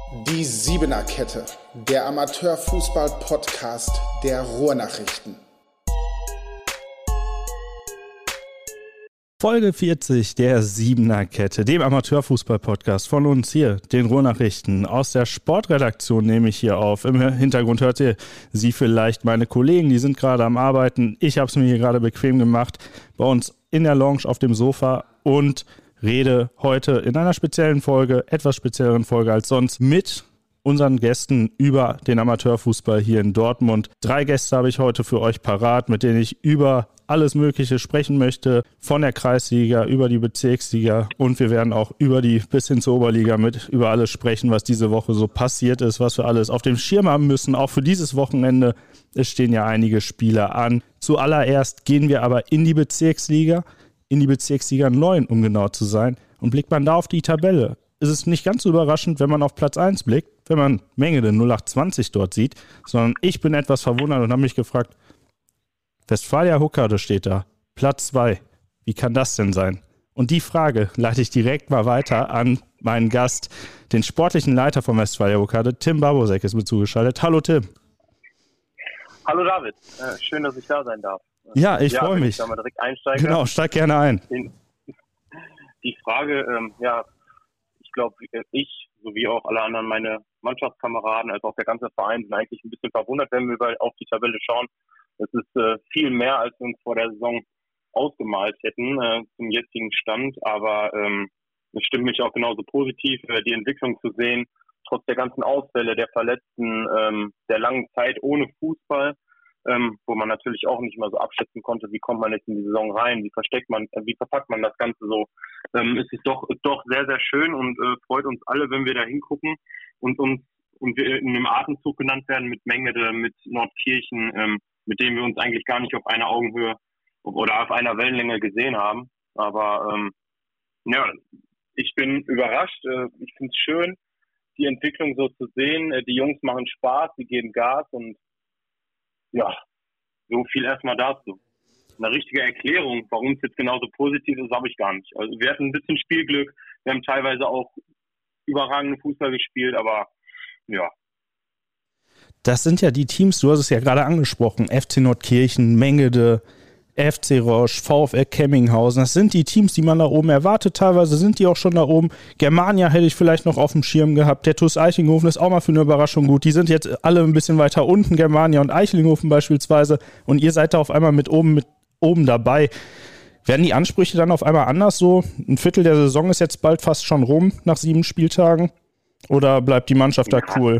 Die Siebener-Kette, der Amateurfußball-Podcast der Ruhrnachrichten. Folge 40 der Siebener-Kette, dem Amateurfußball-Podcast von uns hier, den Ruhrnachrichten. Aus der Sportredaktion nehme ich hier auf. Im Hintergrund hört ihr sie vielleicht, meine Kollegen, die sind gerade am Arbeiten. Ich habe es mir hier gerade bequem gemacht, bei uns in der Lounge auf dem Sofa und rede heute in einer speziellen Folge, etwas spezielleren Folge als sonst, mit unseren Gästen über den Amateurfußball hier in Dortmund. 3 Gäste habe ich heute für euch parat, mit denen ich über alles Mögliche sprechen möchte, von der Kreisliga über die Bezirksliga, und wir werden auch über die bis hin zur Oberliga über alles sprechen, was diese Woche so passiert ist, was wir alles auf dem Schirm haben müssen, auch für dieses Wochenende. Es stehen ja einige Spiele an. Zuallererst gehen wir aber in die Bezirksliga 9, um genau zu sein. Und blickt man da auf die Tabelle, ist es nicht ganz so überraschend, wenn man auf Platz 1 blickt, wenn man Mengede 0820 dort sieht, sondern ich bin etwas verwundert und habe mich gefragt, Westfalia Huckade steht da, Platz 2. Wie kann das denn sein? Und die Frage leite ich direkt mal weiter an meinen Gast, den sportlichen Leiter von Westfalia Huckade, Tim Babosek, ist mir zugeschaltet. Hallo Tim. Hallo David, schön, dass ich da sein darf. Ja, ich freue mich. Ich da mal direkt einsteigen. Genau, steig gerne ein. Die Frage, ich glaube, ich sowie auch alle anderen, meine Mannschaftskameraden, als auch der ganze Verein, sind eigentlich ein bisschen verwundert, wenn wir auf die Tabelle schauen. Es ist viel mehr, als wir uns vor der Saison ausgemalt hätten zum jetzigen Stand. Aber es stimmt mich auch genauso positiv, die Entwicklung zu sehen, trotz der ganzen Ausfälle, der Verletzten, der langen Zeit ohne Fußball, wo man natürlich auch nicht mal so abschätzen konnte, wie kommt man jetzt in die Saison rein, wie verpackt man das Ganze so. Es ist doch sehr, sehr schön und freut uns alle, wenn wir da hingucken und wir in einem Atemzug genannt werden mit Mengede, mit Nordkirchen, mit denen wir uns eigentlich gar nicht auf einer Augenhöhe oder auf einer Wellenlänge gesehen haben. Aber ich bin überrascht. Ich finde es schön, die Entwicklung so zu sehen. Die Jungs machen Spaß, sie geben Gas und ja, so viel erstmal dazu. Eine richtige Erklärung, warum es jetzt genauso positiv ist, habe ich gar nicht. Also wir hatten ein bisschen Spielglück, wir haben teilweise auch überragenden Fußball gespielt, aber ja. Das sind ja die Teams, du hast es ja gerade angesprochen, FC Nordkirchen, Mengede, FC Roche, VfL Kemminghausen, das sind die Teams, die man da oben erwartet. Teilweise sind die auch schon da oben. Germania hätte ich vielleicht noch auf dem Schirm gehabt. Der TuS Eichlinghofen ist auch mal für eine Überraschung gut. Die sind jetzt alle ein bisschen weiter unten, Germania und Eichlinghofen beispielsweise. Und ihr seid da auf einmal mit oben dabei. Werden die Ansprüche dann auf einmal anders so? Ein Viertel der Saison ist jetzt bald fast schon rum, nach 7 Spieltagen. Oder bleibt die Mannschaft da cool?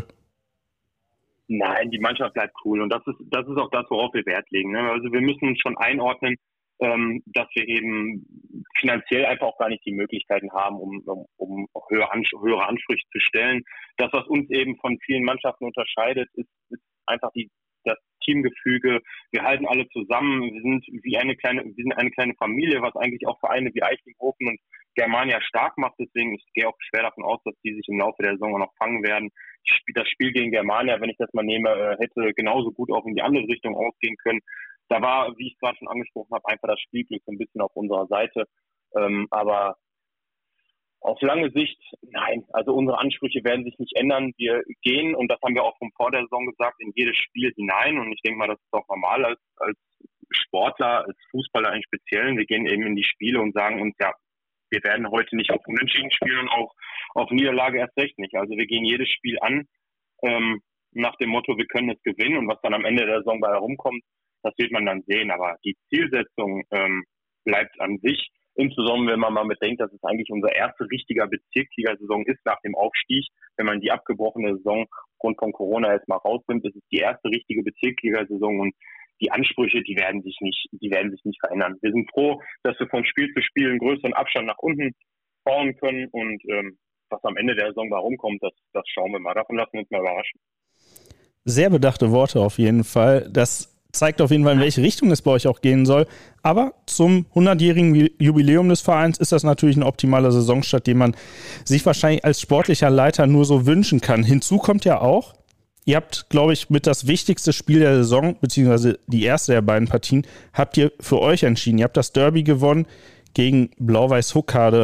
Nein, die Mannschaft bleibt cool und das ist auch das, worauf wir Wert legen. Ne? Also wir müssen uns schon einordnen, dass wir eben finanziell einfach auch gar nicht die Möglichkeiten haben, um höhere Ansprüche zu stellen. Das, was uns eben von vielen Mannschaften unterscheidet, ist einfach das Teamgefüge. Wir halten alle zusammen. Wir sind eine kleine Familie, was eigentlich auch Vereine wie Eichlinghofen und Germania stark macht. Deswegen ich gehe auch schwer davon aus, dass die sich im Laufe der Saison noch fangen werden. Das Spiel gegen Germania, wenn ich das mal nehme, hätte genauso gut auch in die andere Richtung ausgehen können. Da war, wie ich es gerade schon angesprochen habe, einfach das Spielglück so ein bisschen auf unserer Seite. Aber auf lange Sicht, nein. Also unsere Ansprüche werden sich nicht ändern. Wir gehen, und das haben wir auch vor der Saison gesagt, in jedes Spiel hinein. Und ich denke mal, das ist auch normal als Sportler, als Fußballer im Speziellen. Wir gehen eben in die Spiele und sagen uns, ja, wir werden heute nicht auf Unentschieden spielen und auch auf Niederlage erst recht nicht. Also wir gehen jedes Spiel an nach dem Motto, wir können es gewinnen, und was dann am Ende der Saison bei herumkommt, das wird man dann sehen. Aber die Zielsetzung bleibt an sich, insbesondere wenn man mal bedenkt, dass es eigentlich unsere erste richtige Bezirksliga-Saison ist nach dem Aufstieg. Wenn man die abgebrochene Saison aufgrund von Corona jetzt mal rausnimmt, ist es die erste richtige Bezirksliga-Saison, und die Ansprüche, die werden sich nicht verändern. Wir sind froh, dass wir von Spiel zu Spiel einen größeren Abstand nach unten bauen können, und was am Ende der Saison da rumkommt, das schauen wir mal. Davon lassen wir uns mal überraschen. Sehr bedachte Worte auf jeden Fall. Das zeigt auf jeden Fall, in welche Richtung es bei euch auch gehen soll. Aber zum 100-jährigen Jubiläum des Vereins ist das natürlich ein optimaler Saisonstart, den man sich wahrscheinlich als sportlicher Leiter nur so wünschen kann. Hinzu kommt ja auch, ihr habt, glaube ich, mit das wichtigste Spiel der Saison, beziehungsweise die erste der beiden Partien, habt ihr für euch entschieden. Ihr habt das Derby gewonnen gegen Blau-Weiß Huckade.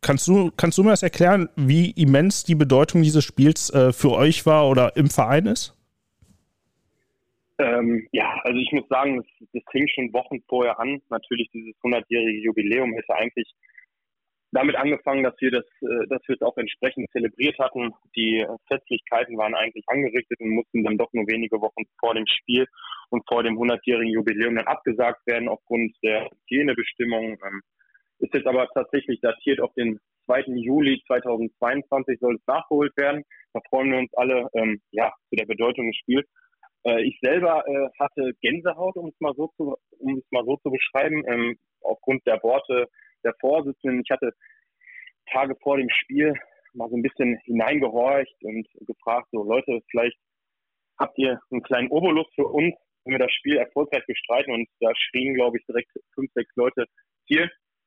Kannst du mir das erklären, wie immens die Bedeutung dieses Spiels für euch war oder im Verein ist? Ja, also ich muss sagen, das fing schon Wochen vorher an. Natürlich dieses 100-jährige Jubiläum hätte eigentlich damit angefangen, dass wir es auch entsprechend zelebriert hatten. Die Festlichkeiten waren eigentlich angerichtet und mussten dann doch nur wenige Wochen vor dem Spiel und vor dem 100-jährigen Jubiläum dann abgesagt werden aufgrund der Hygienebestimmungen. Ist jetzt aber tatsächlich datiert auf den 2. Juli 2022 soll es nachgeholt werden. Da freuen wir uns alle zu der Bedeutung des Spiels. Ich selber hatte Gänsehaut, um es mal so zu beschreiben, aufgrund der Worte der Vorsitzenden. Ich hatte Tage vor dem Spiel mal so ein bisschen hineingehorcht und gefragt, so Leute, vielleicht habt ihr einen kleinen Obolus für uns, wenn wir das Spiel erfolgreich bestreiten. Und da schrien, glaube ich, direkt 5, 6 Leute hier.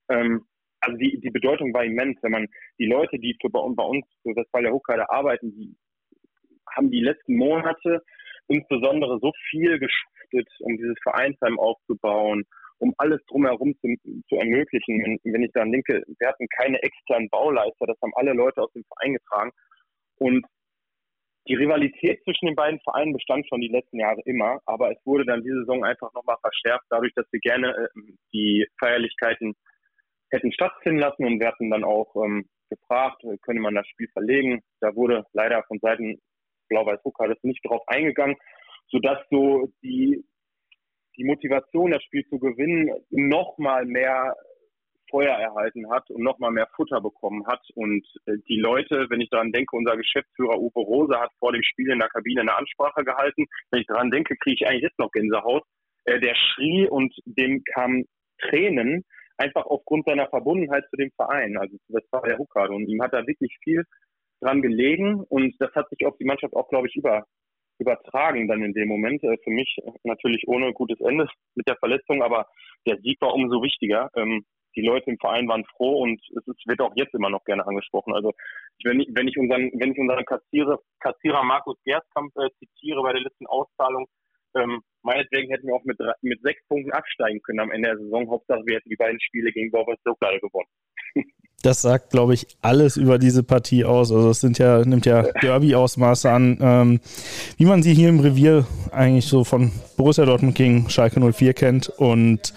Also die Bedeutung war immens. Wenn man die Leute, die bei uns für Westfalia Hochheide arbeiten, die haben die letzten Monate insbesondere so viel geschuftet, um dieses Vereinsheim aufzubauen, um alles drumherum zu ermöglichen. Wenn ich daran denke, wir hatten keine externen Bauleister, das haben alle Leute aus dem Verein getragen. Und die Rivalität zwischen den beiden Vereinen bestand schon die letzten Jahre immer, aber es wurde dann diese Saison einfach nochmal verschärft, dadurch, dass wir gerne die Feierlichkeiten hätten stattfinden lassen, und wir hatten dann auch gefragt, könne man das Spiel verlegen. Da wurde leider von Seiten Blau-Weiß Hochheide nicht drauf eingegangen, sodass so die Motivation, das Spiel zu gewinnen, nochmal mehr Feuer erhalten hat und nochmal mehr Futter bekommen hat. Und die Leute, wenn ich daran denke, unser Geschäftsführer Uwe Rose hat vor dem Spiel in der Kabine eine Ansprache gehalten. Wenn ich daran denke, kriege ich eigentlich jetzt noch Gänsehaut. Der schrie und dem kamen Tränen, einfach aufgrund seiner Verbundenheit zu dem Verein, also zu Westfalia Hochheide. Und ihm hat da wirklich viel dran gelegen, und das hat sich auf die Mannschaft auch, glaube ich, übertragen dann in dem Moment. Für mich natürlich ohne gutes Ende mit der Verletzung, aber der Sieg war umso wichtiger. Die Leute im Verein waren froh, und wird auch jetzt immer noch gerne angesprochen. Also wenn ich unseren Kassierer Markus Gerskamp zitiere bei der letzten Auszahlung, meinetwegen hätten wir auch mit 6 Punkten absteigen können am Ende der Saison. Hauptsache, wir hätten die beiden Spiele gegen Blau-Weiß Hochheide gewonnen. Das sagt, glaube ich, alles über diese Partie aus. Also es nimmt ja Derby-Ausmaße an, wie man sie hier im Revier eigentlich so von Borussia Dortmund gegen Schalke 04 kennt. Und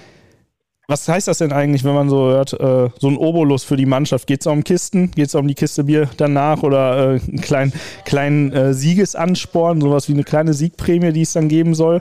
was heißt das denn eigentlich, wenn man so hört, so ein Obolus für die Mannschaft? Geht es um Kisten? Geht es um die Kiste Bier danach oder einen kleinen Siegesansporn, sowas wie eine kleine Siegprämie, die es dann geben soll?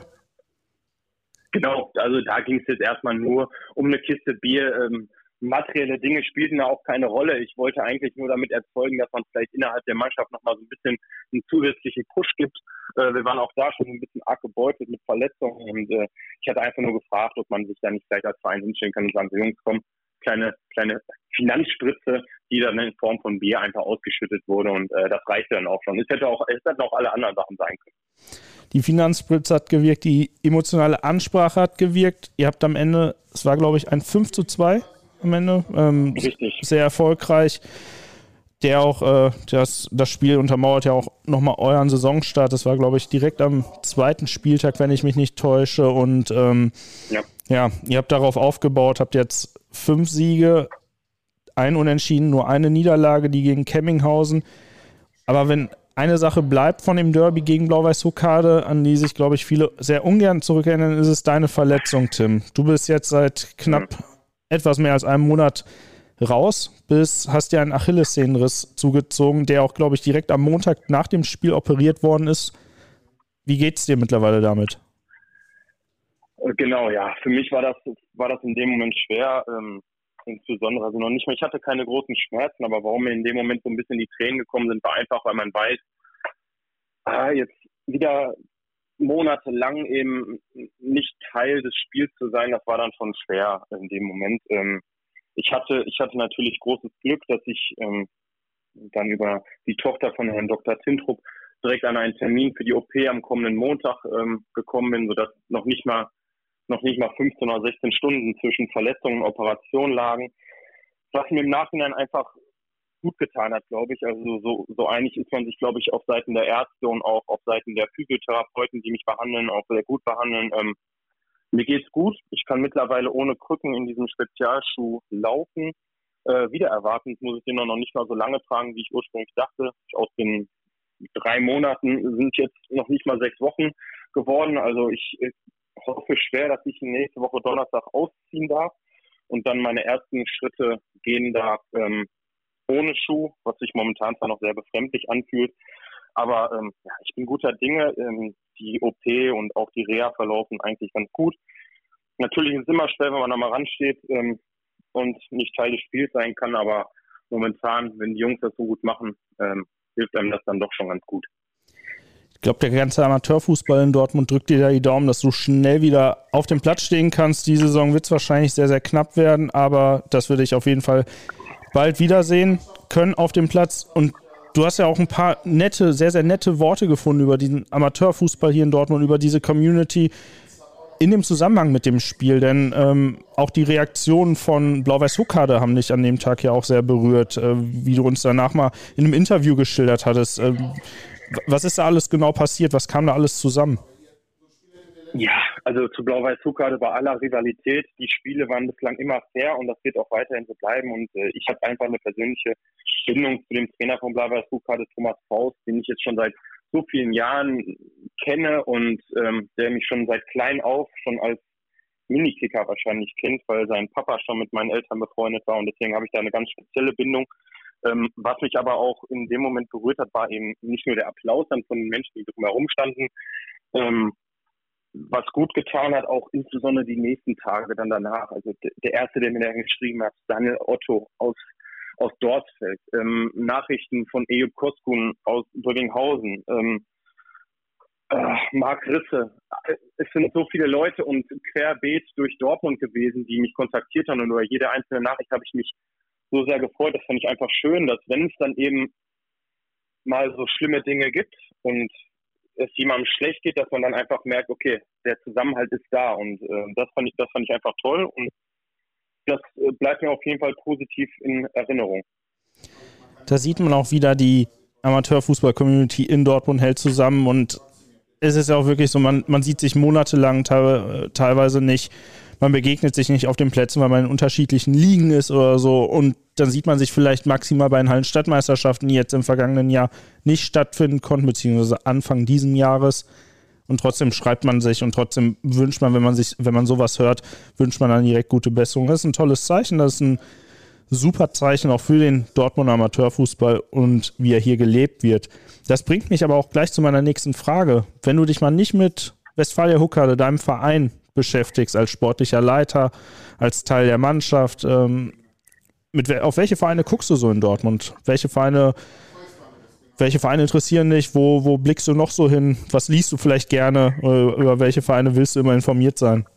Genau, also da ging es jetzt erstmal nur um eine Kiste Bier. Materielle Dinge spielten da auch keine Rolle. Ich wollte eigentlich nur damit erzeugen, dass man vielleicht innerhalb der Mannschaft nochmal so ein bisschen einen zusätzlichen Push gibt. Wir waren auch da schon ein bisschen arg gebeutelt mit Verletzungen, und ich hatte einfach nur gefragt, ob man sich da nicht gleich als Verein hinstellen kann und sagen, so Jungs, komm, kleine Finanzspritze, die dann in Form von Bier einfach ausgeschüttet wurde, und das reichte dann auch schon. Es hätten auch alle anderen Sachen sein können. Die Finanzspritze hat gewirkt, die emotionale Ansprache hat gewirkt. Ihr habt am Ende, es war glaube ich ein 5:2 am Ende, Richtig. Sehr erfolgreich. Der auch, das Spiel untermauert ja auch nochmal euren Saisonstart. Das war, glaube ich, direkt am 2. Spieltag, wenn ich mich nicht täusche. Und ja, ihr habt darauf aufgebaut, habt jetzt 5 Siege, 1 Unentschieden, nur eine Niederlage, die gegen Kemminghausen. Aber wenn eine Sache bleibt von dem Derby gegen Blau-Weiß Hochheide, an die sich, glaube ich, viele sehr ungern zurückerinnern, ist es deine Verletzung, Tim. Du bist jetzt seit knapp etwas mehr als einem Monat raus, hast dir einen Achillessehnenriss zugezogen, der auch, glaube ich, direkt am Montag nach dem Spiel operiert worden ist. Wie geht's dir mittlerweile damit? Genau, ja. Für mich war das in dem Moment schwer, insbesondere, also noch nicht mehr, ich hatte keine großen Schmerzen, aber warum mir in dem Moment so ein bisschen die Tränen gekommen sind, war einfach, weil man weiß, jetzt wieder monatelang eben nicht Teil des Spiels zu sein, das war dann schon schwer in dem Moment. Ich hatte natürlich großes Glück, dass ich dann über die Tochter von Herrn Dr. Zintrup direkt an einen Termin für die OP am kommenden Montag gekommen bin, sodass noch nicht mal 15 oder 16 Stunden zwischen Verletzungen und Operation lagen, was mir im Nachhinein einfach gut getan hat, glaube ich. Also so einig ist man sich, glaube ich, auf Seiten der Ärzte und auch auf Seiten der Physiotherapeuten, die mich behandeln, auch sehr gut behandeln. Mir geht's gut. Ich kann mittlerweile ohne Krücken in diesem Spezialschuh laufen. wieder erwarten. Jetzt muss ich den noch nicht mal so lange tragen, wie ich ursprünglich dachte. Aus den 3 Monaten sind jetzt noch nicht mal 6 Wochen geworden. Also ich hoffe schwer, dass ich nächste Woche Donnerstag ausziehen darf und dann meine ersten Schritte gehen darf ohne Schuh, was sich momentan zwar noch sehr befremdlich anfühlt. Aber ich bin guter Dinge. Die OP und auch die Reha verlaufen eigentlich ganz gut. Natürlich ist es immer schwer, wenn man da mal ransteht und nicht Teil des Spiels sein kann. Aber momentan, wenn die Jungs das so gut machen, hilft einem das dann doch schon ganz gut. Ich glaube, der ganze Amateurfußball in Dortmund drückt dir da die Daumen, dass du schnell wieder auf dem Platz stehen kannst. Die Saison wird es wahrscheinlich sehr, sehr knapp werden, aber das würde ich auf jeden Fall bald wiedersehen können auf dem Platz. Und du hast ja auch ein paar nette, sehr, sehr nette Worte gefunden über diesen Amateurfußball hier in Dortmund, über diese Community in dem Zusammenhang mit dem Spiel. Denn auch die Reaktionen von Blau-Weiß-Huckade haben dich an dem Tag ja auch sehr berührt, wie du uns danach mal in einem Interview geschildert hattest. Was ist da alles genau passiert? Was kam da alles zusammen? Ja, also zu Blau-Weiß-Huckade bei aller Rivalität. Die Spiele waren bislang immer fair und das wird auch weiterhin so bleiben. Und ich habe einfach eine persönliche Bindung zu dem Trainer von Blau-Weiß-Huckade, Thomas Faust, den ich jetzt schon seit so vielen Jahren kenne und der mich schon seit klein auf, schon als Minikicker wahrscheinlich kennt, weil sein Papa schon mit meinen Eltern befreundet war und deswegen habe ich da eine ganz spezielle Bindung. Was mich aber auch in dem Moment berührt hat, war eben nicht nur der Applaus dann von den Menschen, die drumherum standen, was gut getan hat, auch insbesondere die nächsten Tage dann danach. Also der Erste, der mir da geschrieben hat, Daniel Otto aus Dorsfeld, Nachrichten von Eyüp Koskun aus Bövinghausen, Marc Risse. Es sind so viele Leute und querbeet durch Dortmund gewesen, die mich kontaktiert haben und über jede einzelne Nachricht habe ich mich so sehr gefreut. Das fand ich einfach schön, dass wenn es dann eben mal so schlimme Dinge gibt und es jemandem schlecht geht, dass man dann einfach merkt, okay, der Zusammenhalt ist da und das fand ich einfach toll und das bleibt mir auf jeden Fall positiv in Erinnerung. Da sieht man auch wieder, die Amateurfußball-Community in Dortmund hält zusammen und es ist ja auch wirklich so, man sieht sich monatelang teilweise nicht, man begegnet sich nicht auf den Plätzen, weil man in unterschiedlichen Ligen ist oder so und dann sieht man sich vielleicht maximal bei den Hallenstadtmeisterschaften, die jetzt im vergangenen Jahr nicht stattfinden konnten, beziehungsweise Anfang diesen Jahres. Und trotzdem schreibt man sich und trotzdem wünscht man, wenn man sowas hört, wünscht man dann direkt gute Besserung. Das ist ein tolles Zeichen, das ist ein super Zeichen auch für den Dortmunder Amateurfußball und wie er hier gelebt wird. Das bringt mich aber auch gleich zu meiner nächsten Frage. Wenn du dich mal nicht mit Westfalia Huckade, deinem Verein, beschäftigst, als sportlicher Leiter, als Teil der Mannschaft, auf welche Vereine guckst du so in Dortmund? Welche Vereine interessieren dich? Wo blickst du noch so hin? Was liest du vielleicht gerne? Über welche Vereine willst du immer informiert sein?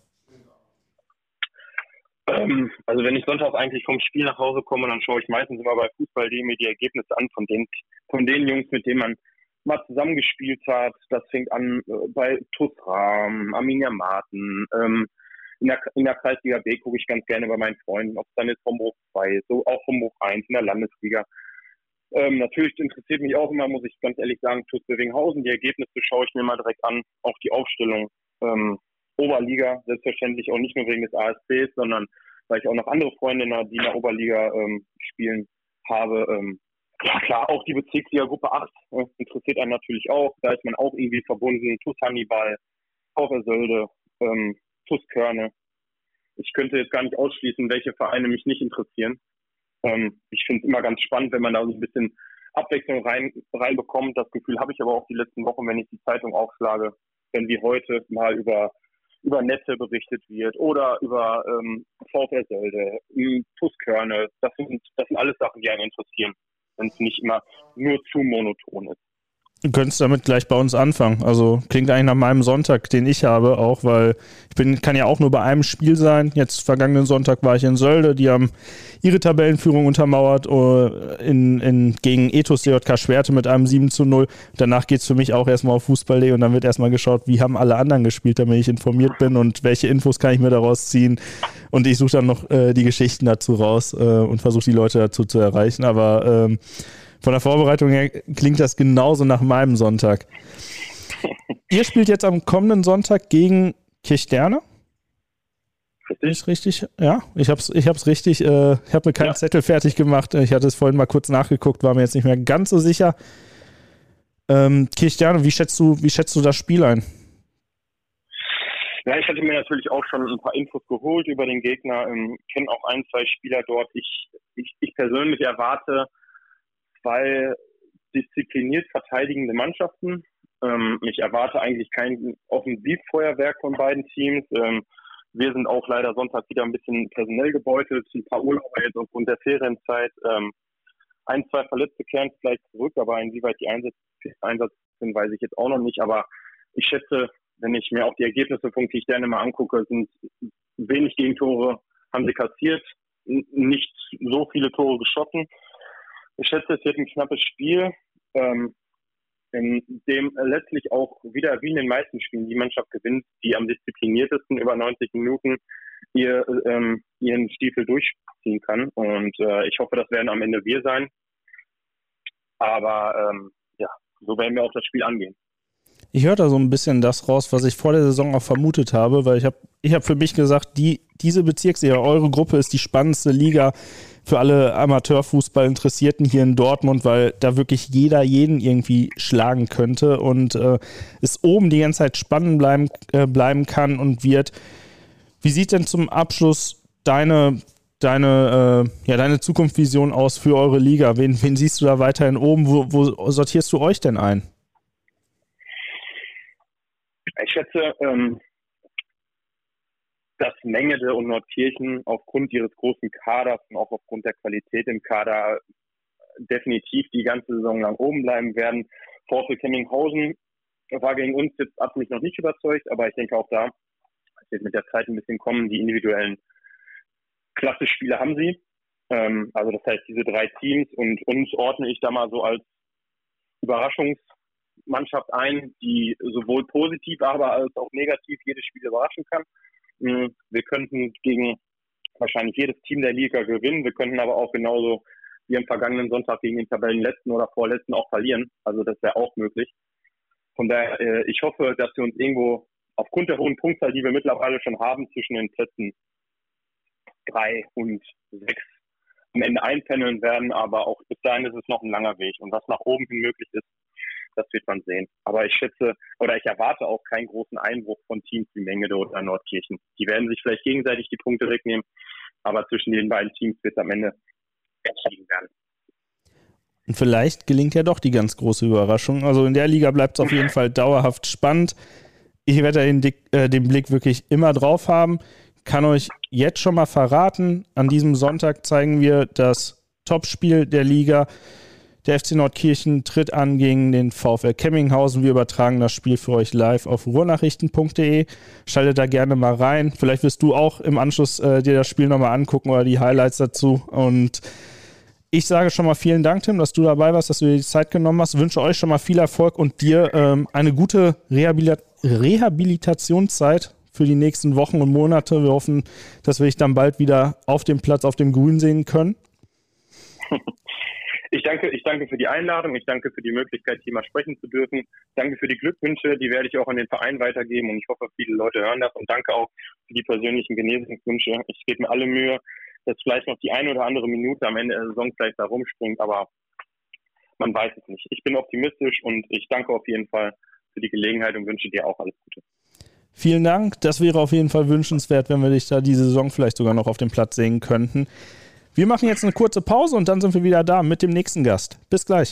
Also wenn ich sonntags eigentlich vom Spiel nach Hause komme, dann schaue ich meistens immer bei Fußball.de mir die Ergebnisse an von den Jungs, mit denen man mal zusammengespielt hat. Das fängt an bei TuS Rahm, Arminia Marten. In der Kreisliga B gucke ich ganz gerne bei meinen Freunden, ob es dann jetzt Homburg 2 ist, so auch Homburg 1 in der Landesliga. Natürlich interessiert mich auch immer, muss ich ganz ehrlich sagen, TuS Bövinghausen. Die Ergebnisse schaue ich mir mal direkt an, auch die Aufstellung. Oberliga, selbstverständlich auch nicht nur wegen des ASCs, sondern weil ich auch noch andere Freunde, die in der Oberliga spielen habe. Ja klar, auch die Bezirksliga Gruppe 8 interessiert einen natürlich auch. Da ist man auch irgendwie verbunden. TuS Hannibal, VfR Sölde, TuS Körne. Ich könnte jetzt gar nicht ausschließen, welche Vereine mich nicht interessieren. Ich finde es immer ganz spannend, wenn man da so ein bisschen Abwechslung reinbekommt. Das Gefühl habe ich aber auch die letzten Wochen, wenn ich die Zeitung aufschlage, wenn wie heute mal über Netze berichtet wird oder über VfR Sölde, TuS Körne. Das sind alles Sachen, die einen interessieren, wenn es nicht immer nur zu monoton ist. Du könntest damit gleich bei uns anfangen. Also klingt eigentlich nach meinem Sonntag, den ich habe, auch, weil kann ja auch nur bei einem Spiel sein. Jetzt vergangenen Sonntag war ich in Sölde, die haben ihre Tabellenführung untermauert gegen Ethos DJK Schwerte mit einem 7:0. Danach geht es für mich auch erstmal auf Fußball.de und dann wird erstmal geschaut, wie haben alle anderen gespielt, damit ich informiert bin und welche Infos kann ich mir daraus ziehen. Und ich suche dann noch die Geschichten dazu raus und versuche die Leute dazu zu erreichen. Aber von der Vorbereitung her klingt das genauso nach meinem Sonntag. Ihr spielt jetzt am kommenden Sonntag gegen Kirchderne? Ist richtig? Ja, ich hab's richtig. Ich habe mir keinen Zettel fertig gemacht. Ich hatte es vorhin mal kurz nachgeguckt, war mir jetzt nicht mehr ganz so sicher. Cristiano, wie schätzt du das Spiel ein? Ja, ich hatte mir natürlich auch schon ein paar Infos geholt über den Gegner, kenne auch 1, 2 Spieler dort. Ich persönlich erwarte 2 diszipliniert verteidigende Mannschaften. Ich erwarte eigentlich kein Offensivfeuerwerk von beiden Teams. Wir sind auch leider Sonntag wieder ein bisschen personell gebeutelt. Ein paar Urlauber jetzt aufgrund der Ferienzeit. 1, 2 Verletzte kehren vielleicht zurück, aber inwieweit die Einsatz sind, weiß ich jetzt auch noch nicht. Aber ich schätze, wenn ich mir auch die Ergebnisse von Cristiano mal angucke, sind wenig Gegentore haben sie kassiert, nicht so viele Tore geschossen. Ich schätze, es wird ein knappes Spiel, in dem letztlich auch wieder wie in den meisten Spielen die Mannschaft gewinnt, die am diszipliniertesten über 90 Minuten ihren Stiefel durchziehen kann. Und ich hoffe, das werden am Ende wir sein. Aber so werden wir auch das Spiel angehen. Ich höre da so ein bisschen das raus, was ich vor der Saison auch vermutet habe, weil ich hab für mich gesagt, diese Bezirksliga, eure Gruppe ist die spannendste Liga für alle Amateurfußball-Interessierten hier in Dortmund, weil da wirklich jeder jeden irgendwie schlagen könnte und es oben die ganze Zeit spannend bleiben kann und wird. Wie sieht denn zum Abschluss deine Zukunftsvision aus für eure Liga? Wen siehst du da weiterhin oben? Wo sortierst du euch denn ein? Ich schätze, dass Mengede und Nordkirchen aufgrund ihres großen Kaders und auch aufgrund der Qualität im Kader definitiv die ganze Saison lang oben bleiben werden. VfL Kemminghausen war gegen uns jetzt hat mich noch nicht überzeugt, aber ich denke auch da, es wird mit der Zeit ein bisschen kommen. Die individuellen Klassespiele haben sie. Also das heißt, diese 3 Teams und uns ordne ich da mal so als Überraschungsmannschaft ein, die sowohl positiv, aber als auch negativ jedes Spiel überraschen kann. Wir könnten gegen wahrscheinlich jedes Team der Liga gewinnen. Wir könnten aber auch genauso wie am vergangenen Sonntag gegen den Tabellenletzten oder Vorletzten auch verlieren. Also das wäre auch möglich. Von daher, ich hoffe, dass wir uns irgendwo aufgrund der hohen Punktzahl, die wir mittlerweile schon haben, zwischen den Plätzen 3 und 6 am Ende einpendeln werden. Aber auch bis dahin ist es noch ein langer Weg. Und was nach oben hin möglich ist, das wird man sehen. Aber ich erwarte auch keinen großen Einbruch von Teams wie Mengede oder Nordkirchen. Die werden sich vielleicht gegenseitig die Punkte wegnehmen, aber zwischen den beiden Teams wird es am Ende entschieden werden. Und vielleicht gelingt ja doch die ganz große Überraschung. Also in der Liga bleibt es auf jeden Fall dauerhaft spannend. Ich werde den Blick wirklich immer drauf haben. Kann euch jetzt schon mal verraten, an diesem Sonntag zeigen wir das Topspiel der Liga. Der FC Nordkirchen tritt an gegen den VfL Kemminghausen. Wir übertragen das Spiel für euch live auf ruhrnachrichten.de. Schaltet da gerne mal rein. Vielleicht wirst du auch im Anschluss dir das Spiel nochmal angucken oder die Highlights dazu. Und ich sage schon mal vielen Dank, Tim, dass du dabei warst, dass du dir die Zeit genommen hast. Ich wünsche euch schon mal viel Erfolg und dir eine gute Rehabilitationszeit für die nächsten Wochen und Monate. Wir hoffen, dass wir dich dann bald wieder auf dem Platz, auf dem Grün sehen können. Ich danke für die Einladung, ich danke für die Möglichkeit, hier mal sprechen zu dürfen. Danke für die Glückwünsche, die werde ich auch an den Verein weitergeben und ich hoffe, viele Leute hören das und danke auch für die persönlichen Genesungswünsche. Ich gebe mir alle Mühe, dass vielleicht noch die eine oder andere Minute am Ende der Saison vielleicht da rumspringt, aber man weiß es nicht. Ich bin optimistisch und ich danke auf jeden Fall für die Gelegenheit und wünsche dir auch alles Gute. Vielen Dank, das wäre auf jeden Fall wünschenswert, wenn wir dich da diese Saison vielleicht sogar noch auf dem Platz sehen könnten. Wir machen jetzt eine kurze Pause und dann sind wir wieder da mit dem nächsten Gast. Bis gleich.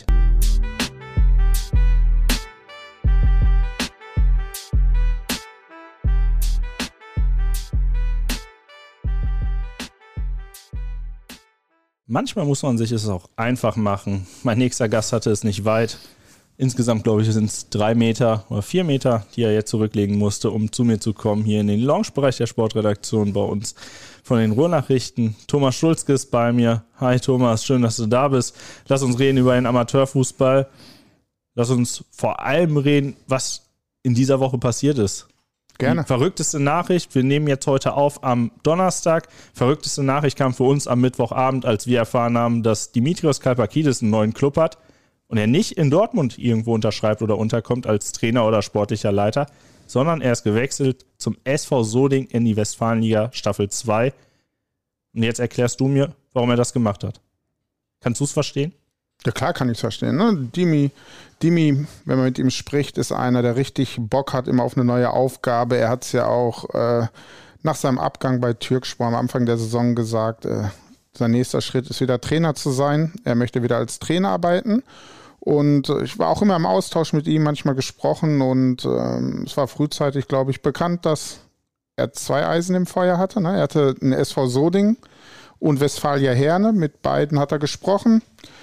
Manchmal muss man sich es auch einfach machen. Mein nächster Gast hatte es nicht weit. Insgesamt, glaube ich, sind es 3 Meter oder 4 Meter, die er jetzt zurücklegen musste, um zu mir zu kommen, hier in den Lounge-Bereich der Sportredaktion bei uns von den Ruhrnachrichten. Thomas Schulzke ist bei mir. Hi Thomas, schön, dass du da bist. Lass uns reden über den Amateurfußball. Lass uns vor allem reden, was in dieser Woche passiert ist. Gerne. Die verrückteste Nachricht, wir nehmen jetzt heute auf am Donnerstag. Verrückteste Nachricht kam für uns am Mittwochabend, als wir erfahren haben, dass Dimitrios Kalpakidis einen neuen Club hat und er nicht in Dortmund irgendwo unterschreibt oder unterkommt als Trainer oder sportlicher Leiter, sondern er ist gewechselt zum SV Soding in die Westfalenliga Staffel 2. Und jetzt erklärst du mir, warum er das gemacht hat. Kannst du es verstehen? Ja, klar kann ich es verstehen. Ne? Dimi, wenn man mit ihm spricht, ist einer, der richtig Bock hat, immer auf eine neue Aufgabe. Er hat es ja auch nach seinem Abgang bei Türkspor am Anfang der Saison gesagt, sein nächster Schritt ist wieder Trainer zu sein. Er möchte wieder als Trainer arbeiten. Und ich war auch immer im Austausch mit ihm, manchmal gesprochen. Und es war frühzeitig, glaube ich, bekannt, dass er 2 Eisen im Feuer hatte. Ne? Er hatte einen SV Soding und Westfalia Herne. Mit beiden hat er gesprochen.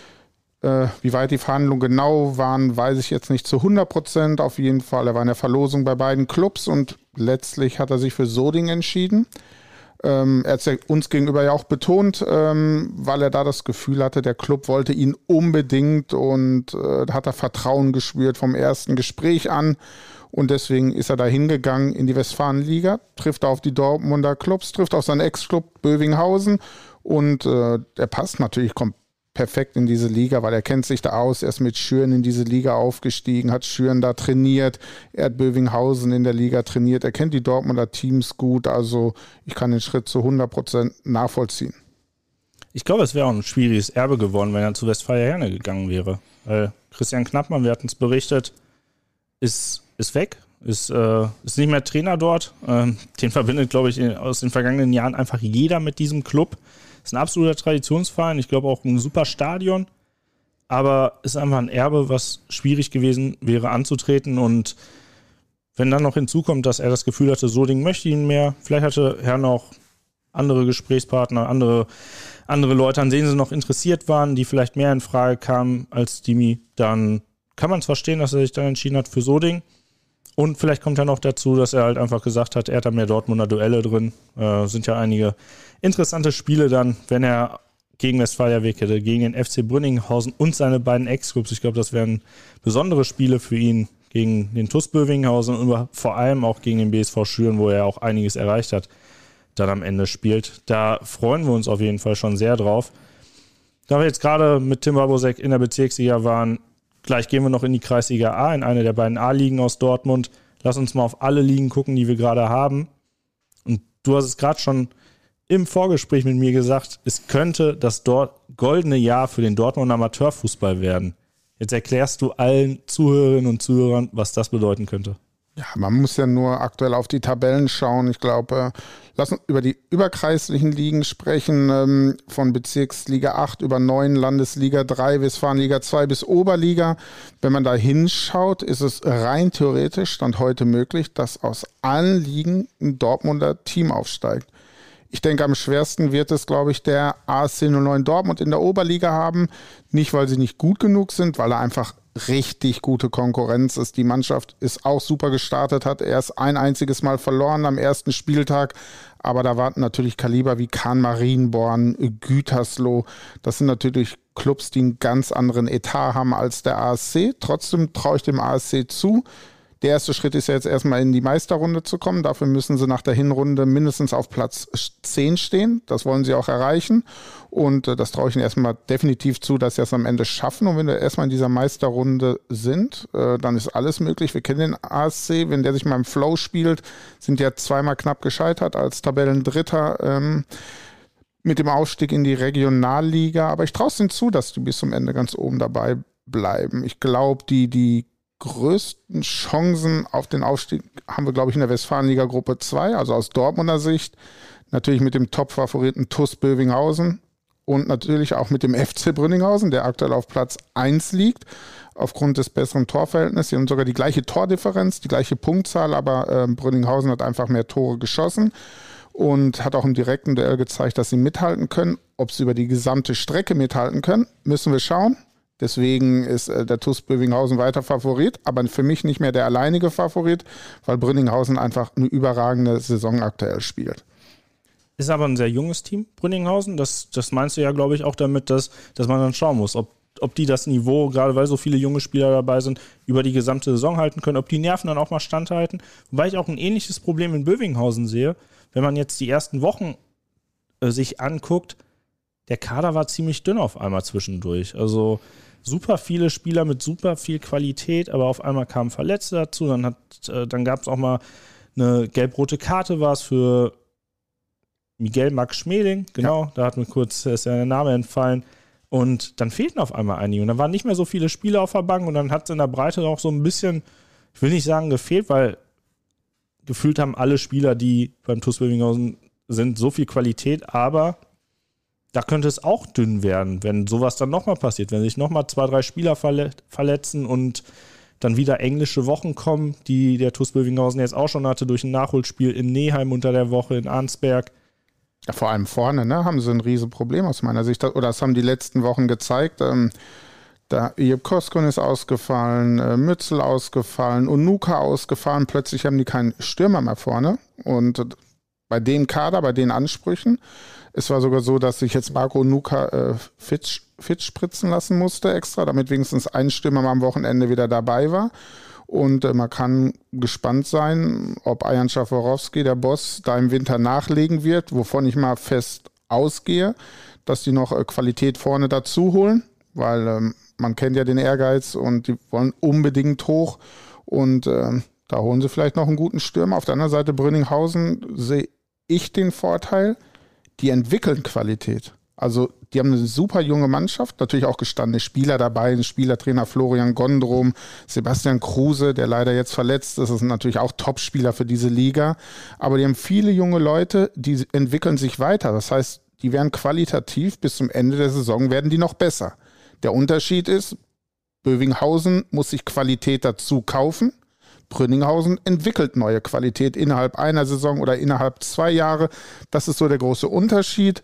Wie weit die Verhandlungen genau waren, weiß ich jetzt nicht zu 100%. Auf jeden Fall, er war in der Verlosung bei beiden Clubs und letztlich hat er sich für Soding entschieden. Er hat es ja uns gegenüber ja auch betont, weil er da das Gefühl hatte, der Club wollte ihn unbedingt und hat er Vertrauen gespürt vom ersten Gespräch an. Und deswegen ist er da hingegangen in die Westfalenliga, trifft auf die Dortmunder Clubs, trifft auf seinen Ex-Club Bövinghausen und er passt natürlich perfekt in diese Liga, weil er kennt sich da aus. Er ist mit Schüren in diese Liga aufgestiegen, hat Schüren da trainiert. Er hat Bövinghausen in der Liga trainiert. Er kennt die Dortmunder Teams gut. Also ich kann den Schritt zu 100% nachvollziehen. Ich glaube, es wäre auch ein schwieriges Erbe geworden, wenn er zu Westfalia Herne gegangen wäre. Weil Christian Knappmann, wir hatten es berichtet, ist weg. Ist nicht mehr Trainer dort. Den verbindet, glaube ich, aus den vergangenen Jahren einfach jeder mit diesem Club. Ist ein absoluter Traditionsverein, ich glaube auch ein super Stadion, aber ist einfach ein Erbe, was schwierig gewesen wäre anzutreten. Und wenn dann noch hinzukommt, dass er das Gefühl hatte, Soding möchte ihn mehr, vielleicht hatte Herne auch andere Gesprächspartner, andere Leute, an denen sie noch interessiert waren, die vielleicht mehr in Frage kamen als Dimi, dann kann man es verstehen, dass er sich dann entschieden hat für Soding. Und vielleicht kommt ja noch dazu, dass er halt einfach gesagt hat, er hat da mehr Dortmunder Duelle drin. Sind ja einige interessante Spiele dann, wenn er gegen Westfalia Weg hätte, gegen den FC Brünninghausen und seine beiden Ex-Clubs. Ich glaube, das wären besondere Spiele für ihn gegen den TuS Bövinghausen und vor allem auch gegen den BSV Schüren, wo er auch einiges erreicht hat, dann am Ende spielt. Da freuen wir uns auf jeden Fall schon sehr drauf. Da wir jetzt gerade mit Tim Babosek in der Bezirksliga waren, gleich gehen wir noch in die Kreisliga A, in eine der beiden A-Ligen aus Dortmund. Lass uns mal auf alle Ligen gucken, die wir gerade haben. Und du hast es gerade schon im Vorgespräch mit mir gesagt, es könnte das goldene Jahr für den Dortmunder Amateurfußball werden. Jetzt erklärst du allen Zuhörerinnen und Zuhörern, was das bedeuten könnte. Ja, man muss ja nur aktuell auf die Tabellen schauen. Ich glaube, lass uns über die überkreislichen Ligen sprechen, von Bezirksliga 8 über 9, Landesliga 3, Westfalenliga 2 bis Oberliga. Wenn man da hinschaut, ist es rein theoretisch Stand heute möglich, dass aus allen Ligen ein Dortmunder Team aufsteigt. Ich denke, am schwersten wird es, glaube ich, der ASC 09 Dortmund in der Oberliga haben. Nicht, weil sie nicht gut genug sind, weil er einfach richtig gute Konkurrenz ist. Die Mannschaft ist auch super gestartet, hat erst ein einziges Mal verloren am ersten Spieltag. Aber da warten natürlich Kaliber wie Kahn Marienborn, Gütersloh. Das sind natürlich Clubs, die einen ganz anderen Etat haben als der ASC. Trotzdem traue ich dem ASC zu. Der erste Schritt ist ja jetzt erstmal in die Meisterrunde zu kommen. Dafür müssen sie nach der Hinrunde mindestens auf Platz 10 stehen. Das wollen sie auch erreichen. Und das traue ich ihnen erstmal definitiv zu, dass sie es am Ende schaffen. Und wenn wir erstmal in dieser Meisterrunde sind, dann ist alles möglich. Wir kennen den ASC, wenn der sich mal im Flow spielt, sind ja zweimal knapp gescheitert als Tabellendritter mit dem Aufstieg in die Regionalliga. Aber ich traue es ihnen zu, dass die bis zum Ende ganz oben dabei bleiben. Ich glaube, die größten Chancen auf den Aufstieg haben wir, glaube ich, in der Westfalenliga Gruppe 2, also aus Dortmunder Sicht. Natürlich mit dem Top-Favoriten TuS Bövinghausen und natürlich auch mit dem FC Brünninghausen, der aktuell auf Platz 1 liegt, aufgrund des besseren Torverhältnisses. Sie haben sogar die gleiche Tordifferenz, die gleiche Punktzahl, aber Brünninghausen hat einfach mehr Tore geschossen und hat auch im direkten Duell gezeigt, dass sie mithalten können. Ob sie über die gesamte Strecke mithalten können, müssen wir schauen. Deswegen ist der TuS Bövinghausen weiter Favorit, aber für mich nicht mehr der alleinige Favorit, weil Brünninghausen einfach eine überragende Saison aktuell spielt. Ist aber ein sehr junges Team, Brünninghausen. Das meinst du ja, glaube ich, auch damit, dass man dann schauen muss, ob die das Niveau, gerade weil so viele junge Spieler dabei sind, über die gesamte Saison halten können, ob die Nerven dann auch mal standhalten. Wobei ich auch ein ähnliches Problem in Bövinghausen sehe, wenn man jetzt die ersten Wochen sich anguckt, der Kader war ziemlich dünn auf einmal zwischendurch. Also super viele Spieler mit super viel Qualität, aber auf einmal kamen Verletzte dazu. Dann gab es auch mal eine gelb-rote Karte, war es für Miguel Max Schmeling, genau, da hat mir kurz ist ja der Name entfallen. Und dann fehlten auf einmal einige. Und dann waren nicht mehr so viele Spieler auf der Bank und dann hat es in der Breite auch so ein bisschen, ich will nicht sagen gefehlt, weil gefühlt haben alle Spieler, die beim TuS Bövinghausen sind, so viel Qualität, aber da könnte es auch dünn werden, wenn sowas dann nochmal passiert, wenn sich nochmal 2, 3 Spieler verletzen und dann wieder englische Wochen kommen, die der TuS Bövinghausen jetzt auch schon hatte durch ein Nachholspiel in Neheim unter der Woche, in Arnsberg. Ja, vor allem vorne, ne, haben sie ein Riesenproblem aus meiner Sicht. Oder das haben die letzten Wochen gezeigt. Da Ejeb Koskun ist ausgefallen, Mützel ausgefallen, Onuka ausgefallen. Plötzlich haben die keinen Stürmer mehr vorne. Und bei dem Kader, bei den Ansprüchen, es war sogar so, dass sich jetzt Marco Onuka fit spritzen lassen musste extra, damit wenigstens ein Stürmer mal am Wochenende wieder dabei war. Und man kann gespannt sein, ob Ajan Schaforowski, der Boss, da im Winter nachlegen wird, wovon ich mal fest ausgehe, dass die noch Qualität vorne dazu holen, weil man kennt ja den Ehrgeiz und die wollen unbedingt hoch und da holen sie vielleicht noch einen guten Stürmer. Auf der anderen Seite Brünninghausen sehe ich den Vorteil, die entwickeln Qualität. Also die haben eine super junge Mannschaft, natürlich auch gestandene Spieler dabei, ein Spielertrainer Florian Gondrom, Sebastian Kruse, der leider jetzt verletzt ist, das sind natürlich auch Top-Spieler für diese Liga, aber die haben viele junge Leute, die entwickeln sich weiter, das heißt, die werden qualitativ bis zum Ende der Saison, werden die noch besser. Der Unterschied ist, Bövinghausen muss sich Qualität dazu kaufen, Brünninghausen entwickelt neue Qualität innerhalb einer Saison oder innerhalb 2 Jahre, das ist so der große Unterschied.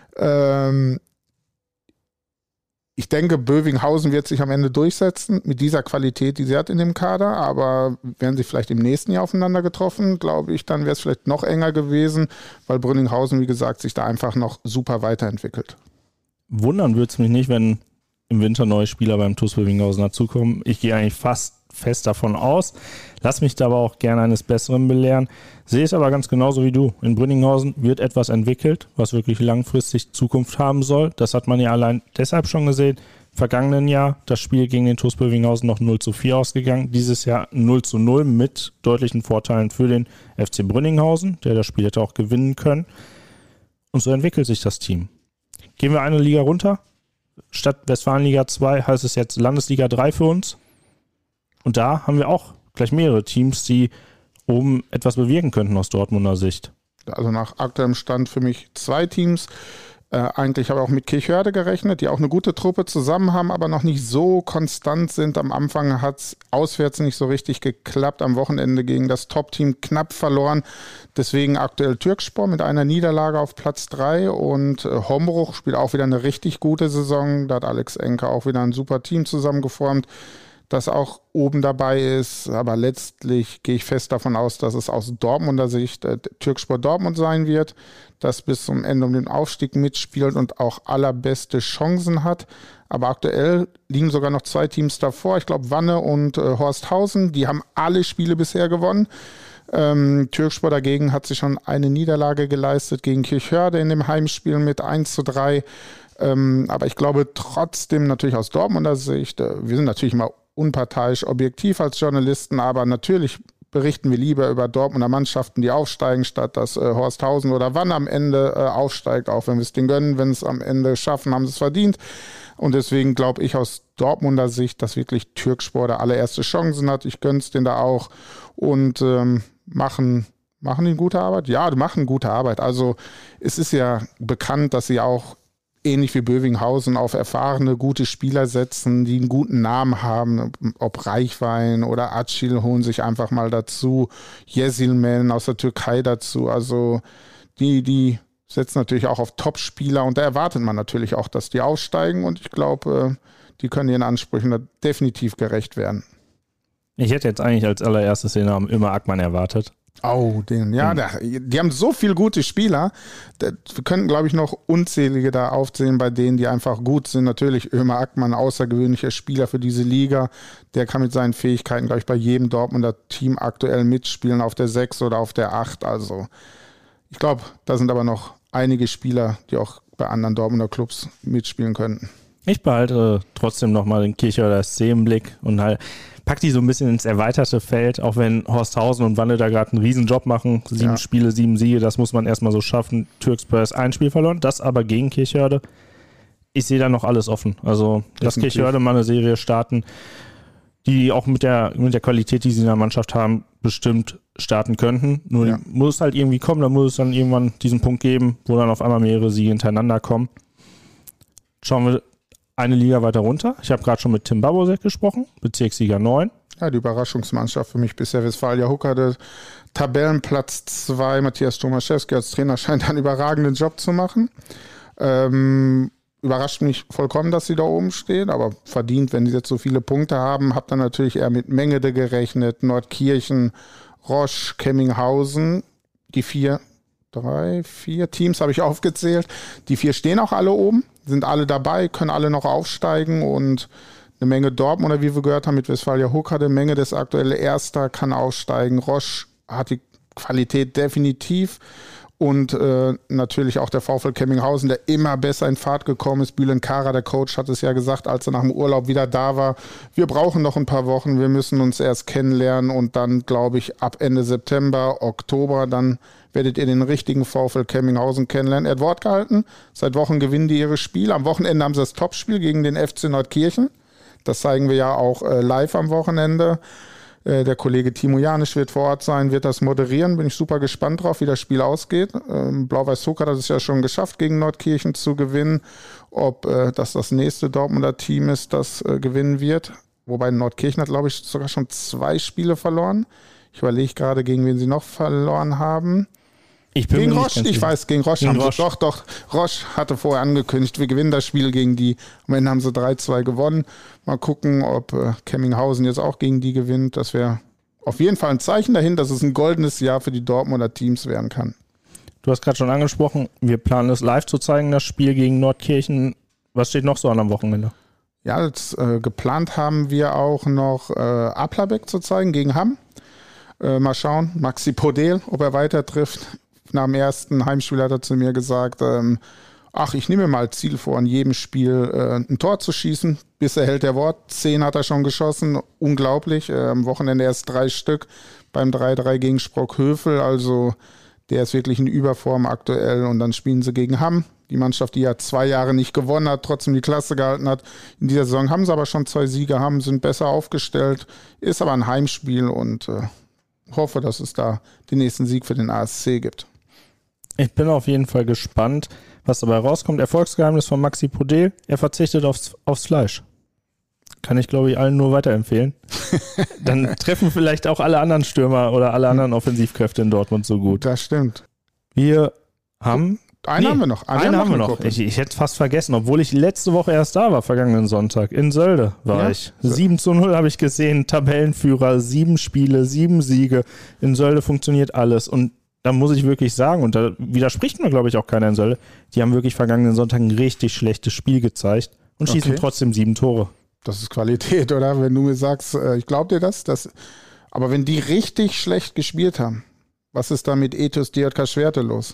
Ich denke, Bövinghausen wird sich am Ende durchsetzen mit dieser Qualität, die sie hat in dem Kader, aber wären sie vielleicht im nächsten Jahr aufeinander getroffen, glaube ich, dann wäre es vielleicht noch enger gewesen, weil Brünninghausen, wie gesagt, sich da einfach noch super weiterentwickelt. Wundern würde es mich nicht, wenn im Winter neue Spieler beim TuS Bövinghausen dazukommen. Ich gehe eigentlich fast fest davon aus. Lass mich da aber auch gerne eines Besseren belehren. Sehe es aber ganz genauso wie du. In Brünninghausen wird etwas entwickelt, was wirklich langfristig Zukunft haben soll. Das hat man ja allein deshalb schon gesehen. Vergangenen Jahr das Spiel gegen den TuS Bövinghausen noch 0:4 ausgegangen. Dieses Jahr 0:0 mit deutlichen Vorteilen für den FC Brünninghausen, der das Spiel hätte auch gewinnen können. Und so entwickelt sich das Team. Gehen wir eine Liga runter. Statt Westfalenliga 2 heißt es jetzt Landesliga 3 für uns. Und da haben wir auch gleich mehrere Teams, die oben etwas bewirken könnten aus Dortmunder Sicht. Also nach aktuellem Stand für mich 2 Teams. Eigentlich habe ich auch mit Kirchhörde gerechnet, die auch eine gute Truppe zusammen haben, aber noch nicht so konstant sind. Am Anfang hat es auswärts nicht so richtig geklappt. Am Wochenende gegen das Top-Team knapp verloren. Deswegen aktuell Türkspor mit einer Niederlage auf Platz 3 und Hombruch spielt auch wieder eine richtig gute Saison. Da hat Alex Enke auch wieder ein super Team zusammengeformt, das auch oben dabei ist, aber letztlich gehe ich fest davon aus, dass es aus Dortmunder Sicht Türkspor Dortmund sein wird, das bis zum Ende um den Aufstieg mitspielt und auch allerbeste Chancen hat. Aber aktuell liegen sogar noch 2 Teams davor, ich glaube Wanne und Horsthausen, die haben alle Spiele bisher gewonnen. Türkspor dagegen hat sich schon eine Niederlage geleistet gegen Kirchhörde in dem Heimspiel mit 1:3. Aber ich glaube trotzdem natürlich aus Dortmunder Sicht, wir sind natürlich mal unparteiisch, objektiv als Journalisten, aber natürlich berichten wir lieber über Dortmunder Mannschaften, die aufsteigen, statt dass Horsthausen oder Wanne am Ende aufsteigt, auch wenn wir es denen gönnen, wenn es am Ende schaffen, haben sie es verdient. Und deswegen glaube ich aus Dortmunder Sicht, dass wirklich Türkspor da allererste Chancen hat. Ich gönne es denen da auch und machen die gute Arbeit? Ja, die machen gute Arbeit. Also es ist ja bekannt, dass sie auch ähnlich wie Bövinghausen auf erfahrene, gute Spieler setzen, die einen guten Namen haben, ob Reichwein oder Acil holen sich einfach mal dazu, Yesilmen aus der Türkei dazu, also die setzen natürlich auch auf Top-Spieler und da erwartet man natürlich auch, dass die aufsteigen und ich glaube, die können ihren Ansprüchen da definitiv gerecht werden. Ich hätte jetzt eigentlich als allererstes den Namen Ömer Ackmann erwartet. Oh, die haben so viele gute Spieler. Wir könnten, glaube ich, noch unzählige da aufzählen bei denen, die einfach gut sind. Natürlich Ömer Ackmann, außergewöhnlicher Spieler für diese Liga. Der kann mit seinen Fähigkeiten, glaube ich, bei jedem Dortmunder Team aktuell mitspielen, auf der 6 oder auf der 8. Also ich glaube, da sind aber noch einige Spieler, die auch bei anderen Dortmunder Clubs mitspielen könnten. Ich behalte trotzdem nochmal den Kirchhörder SC im Blick und halt pack die so ein bisschen ins erweiterte Feld, auch wenn Horsthausen und Wanne da gerade einen Riesen-Job machen. 7 Spiele, 7 Siege, das muss man erstmal so schaffen. Türkspurs 1 Spiel verloren, das aber gegen Kirchhörde. Ich sehe da noch alles offen. Also lass Kirchhörde mal eine Serie starten, die auch mit der Qualität, die sie in der Mannschaft haben, bestimmt starten könnten. Nur muss es halt irgendwie kommen, da muss es dann irgendwann diesen Punkt geben, wo dann auf einmal mehrere Siege hintereinander kommen. Schauen wir eine Liga weiter runter. Ich habe gerade schon mit Tim Babosek gesprochen, Bezirksliga 9. Ja, die Überraschungsmannschaft für mich bisher Westfalia Huckade, Tabellenplatz 2. Matthias Tomaszewski als Trainer scheint einen überragenden Job zu machen. Überrascht mich vollkommen, dass sie da oben stehen, aber verdient, wenn sie jetzt so viele Punkte haben. Hab dann natürlich eher mit Mengede gerechnet, Nordkirchen, Roche, Kemminghausen. Die 4 Teams habe ich aufgezählt. Die 4 stehen auch alle oben, sind alle dabei, können alle noch aufsteigen und eine Menge Dortmund, oder wie wir gehört haben, mit Westfalia Huckade, Menge des aktuelle Erster, kann aufsteigen. Roche hat die Qualität definitiv. Und natürlich auch der VfL Kemminghausen, der immer besser in Fahrt gekommen ist. Bülent Kara, der Coach, hat es ja gesagt, als er nach dem Urlaub wieder da war, wir brauchen noch ein paar Wochen, wir müssen uns erst kennenlernen und dann, glaube ich, ab Ende September, Oktober, dann werdet ihr den richtigen VfL Kemminghausen kennenlernen. Er hat Wort gehalten, seit Wochen gewinnen die ihre Spiele. Am Wochenende haben sie das Topspiel gegen den FC Nordkirchen. Das zeigen wir ja auch live am Wochenende. Der Kollege Timo Janisch wird vor Ort sein, wird das moderieren. Bin ich super gespannt drauf, wie das Spiel ausgeht. Blau-Weiß-Zucker hat es ja schon geschafft, gegen Nordkirchen zu gewinnen. Ob das nächste Dortmunder Team ist, das gewinnen wird. Wobei Nordkirchen hat, glaube ich, sogar schon 2 Spiele verloren. Ich überlege gerade, gegen wen sie noch verloren haben. Gegen Roche, ich weiß, gegen Roche haben sie. Doch. Roche hatte vorher angekündigt, wir gewinnen das Spiel gegen die. Am Ende haben sie 3-2 gewonnen. Mal gucken, ob Kemminghausen jetzt auch gegen die gewinnt. Das wäre auf jeden Fall ein Zeichen dahin, dass es ein goldenes Jahr für die Dortmunder Teams werden kann. Du hast gerade schon angesprochen, wir planen es live zu zeigen, das Spiel gegen Nordkirchen. Was steht noch so an am Wochenende? Ja, jetzt, geplant haben wir auch noch Aplabeck zu zeigen gegen Hamm. Mal schauen, Maxi Podel, ob er weiter trifft. Nach dem ersten Heimspiel hat er zu mir gesagt, ich nehme mir mal als Ziel vor, in jedem Spiel ein Tor zu schießen. Bisher hält er Wort. 10 hat er schon geschossen. Unglaublich. Am Wochenende erst 3 Stück beim 3-3 gegen Sprockhövel. Also der ist wirklich in Überform aktuell. Und dann spielen sie gegen Hamm. Die Mannschaft, die ja 2 Jahre nicht gewonnen hat, trotzdem die Klasse gehalten hat. In dieser Saison haben sie aber schon 2 Siege, sind besser aufgestellt. Ist aber ein Heimspiel und hoffe, dass es da den nächsten Sieg für den ASC gibt. Ich bin auf jeden Fall gespannt, was dabei rauskommt. Erfolgsgeheimnis von Maxi Podel, er verzichtet aufs Fleisch. Kann ich, glaube ich, allen nur weiterempfehlen. Dann treffen vielleicht auch alle anderen Stürmer oder alle anderen Offensivkräfte in Dortmund so gut. Das stimmt. Wir haben... Einen haben wir noch. Einen haben wir noch. Ich hätte es fast vergessen, obwohl ich letzte Woche erst da war, vergangenen Sonntag. In Sölde war ich. 7-0 habe ich gesehen, Tabellenführer, 7 Spiele, 7 Siege. In Sölde funktioniert alles. Und da muss ich wirklich sagen, und da widerspricht mir, glaube ich, auch keiner in Sölde, die haben wirklich vergangenen Sonntag ein richtig schlechtes Spiel gezeigt und schießen trotzdem 7 Tore. Das ist Qualität, oder? Wenn du mir sagst, ich glaube dir das. Aber wenn die richtig schlecht gespielt haben, was ist da mit Ethos DJK Schwerte los?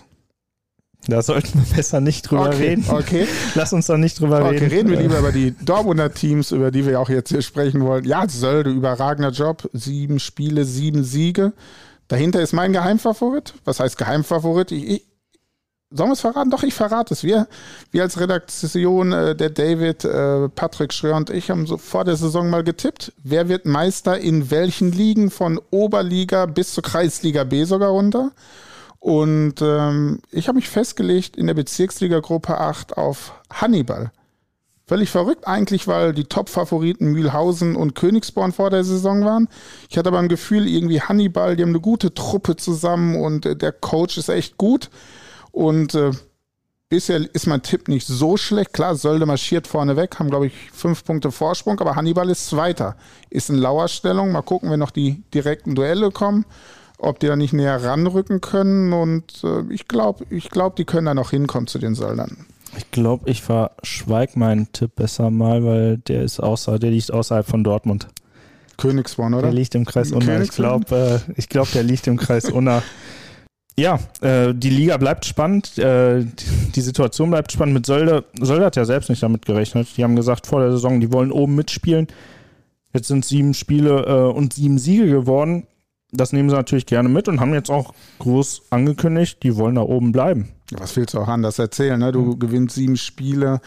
Da sollten wir besser nicht drüber reden. Okay. Lass uns da nicht drüber reden. Reden wir lieber über die Dortmunder Teams, über die wir auch jetzt hier sprechen wollen. Ja, Sölde, überragender Job. 7 Spiele, 7 Siege. Dahinter ist mein Geheimfavorit. Was heißt Geheimfavorit? Sollen wir es verraten? Doch, ich verrate es. Wir als Redaktion, der David, Patrick Schröer und ich haben so vor der Saison mal getippt. Wer wird Meister in welchen Ligen von Oberliga bis zur Kreisliga B sogar runter? Und ich habe mich festgelegt in der Bezirksliga Gruppe 8 auf Hannibal. Völlig verrückt eigentlich, weil die Top-Favoriten Mühlhausen und Königsborn vor der Saison waren. Ich hatte aber ein Gefühl, irgendwie Hannibal, die haben eine gute Truppe zusammen und der Coach ist echt gut. Und bisher ist mein Tipp nicht so schlecht. Klar, Sölde marschiert vorne weg, haben, glaube ich, 5 Punkte Vorsprung, aber Hannibal ist Zweiter. Ist in Lauerstellung. Mal gucken, wenn noch die direkten Duelle kommen, ob die da nicht näher ranrücken können. Und ich glaube, die können da noch hinkommen zu den Söldern. Ich glaube, ich verschweige meinen Tipp besser mal, weil der liegt außerhalb von Dortmund. Königsborn, oder? Der liegt im Kreis Unna. Ich glaube, der liegt im Kreis Unna. Ja, die Liga bleibt spannend, die Situation bleibt spannend. Mit Sölde hat ja selbst nicht damit gerechnet. Die haben gesagt vor der Saison, die wollen oben mitspielen. Jetzt sind 7 Spiele und 7 Siege geworden. Das nehmen sie natürlich gerne mit und haben jetzt auch groß angekündigt, die wollen da oben bleiben. Was willst du auch anders erzählen? Ne? Du gewinnst 7 Spiele,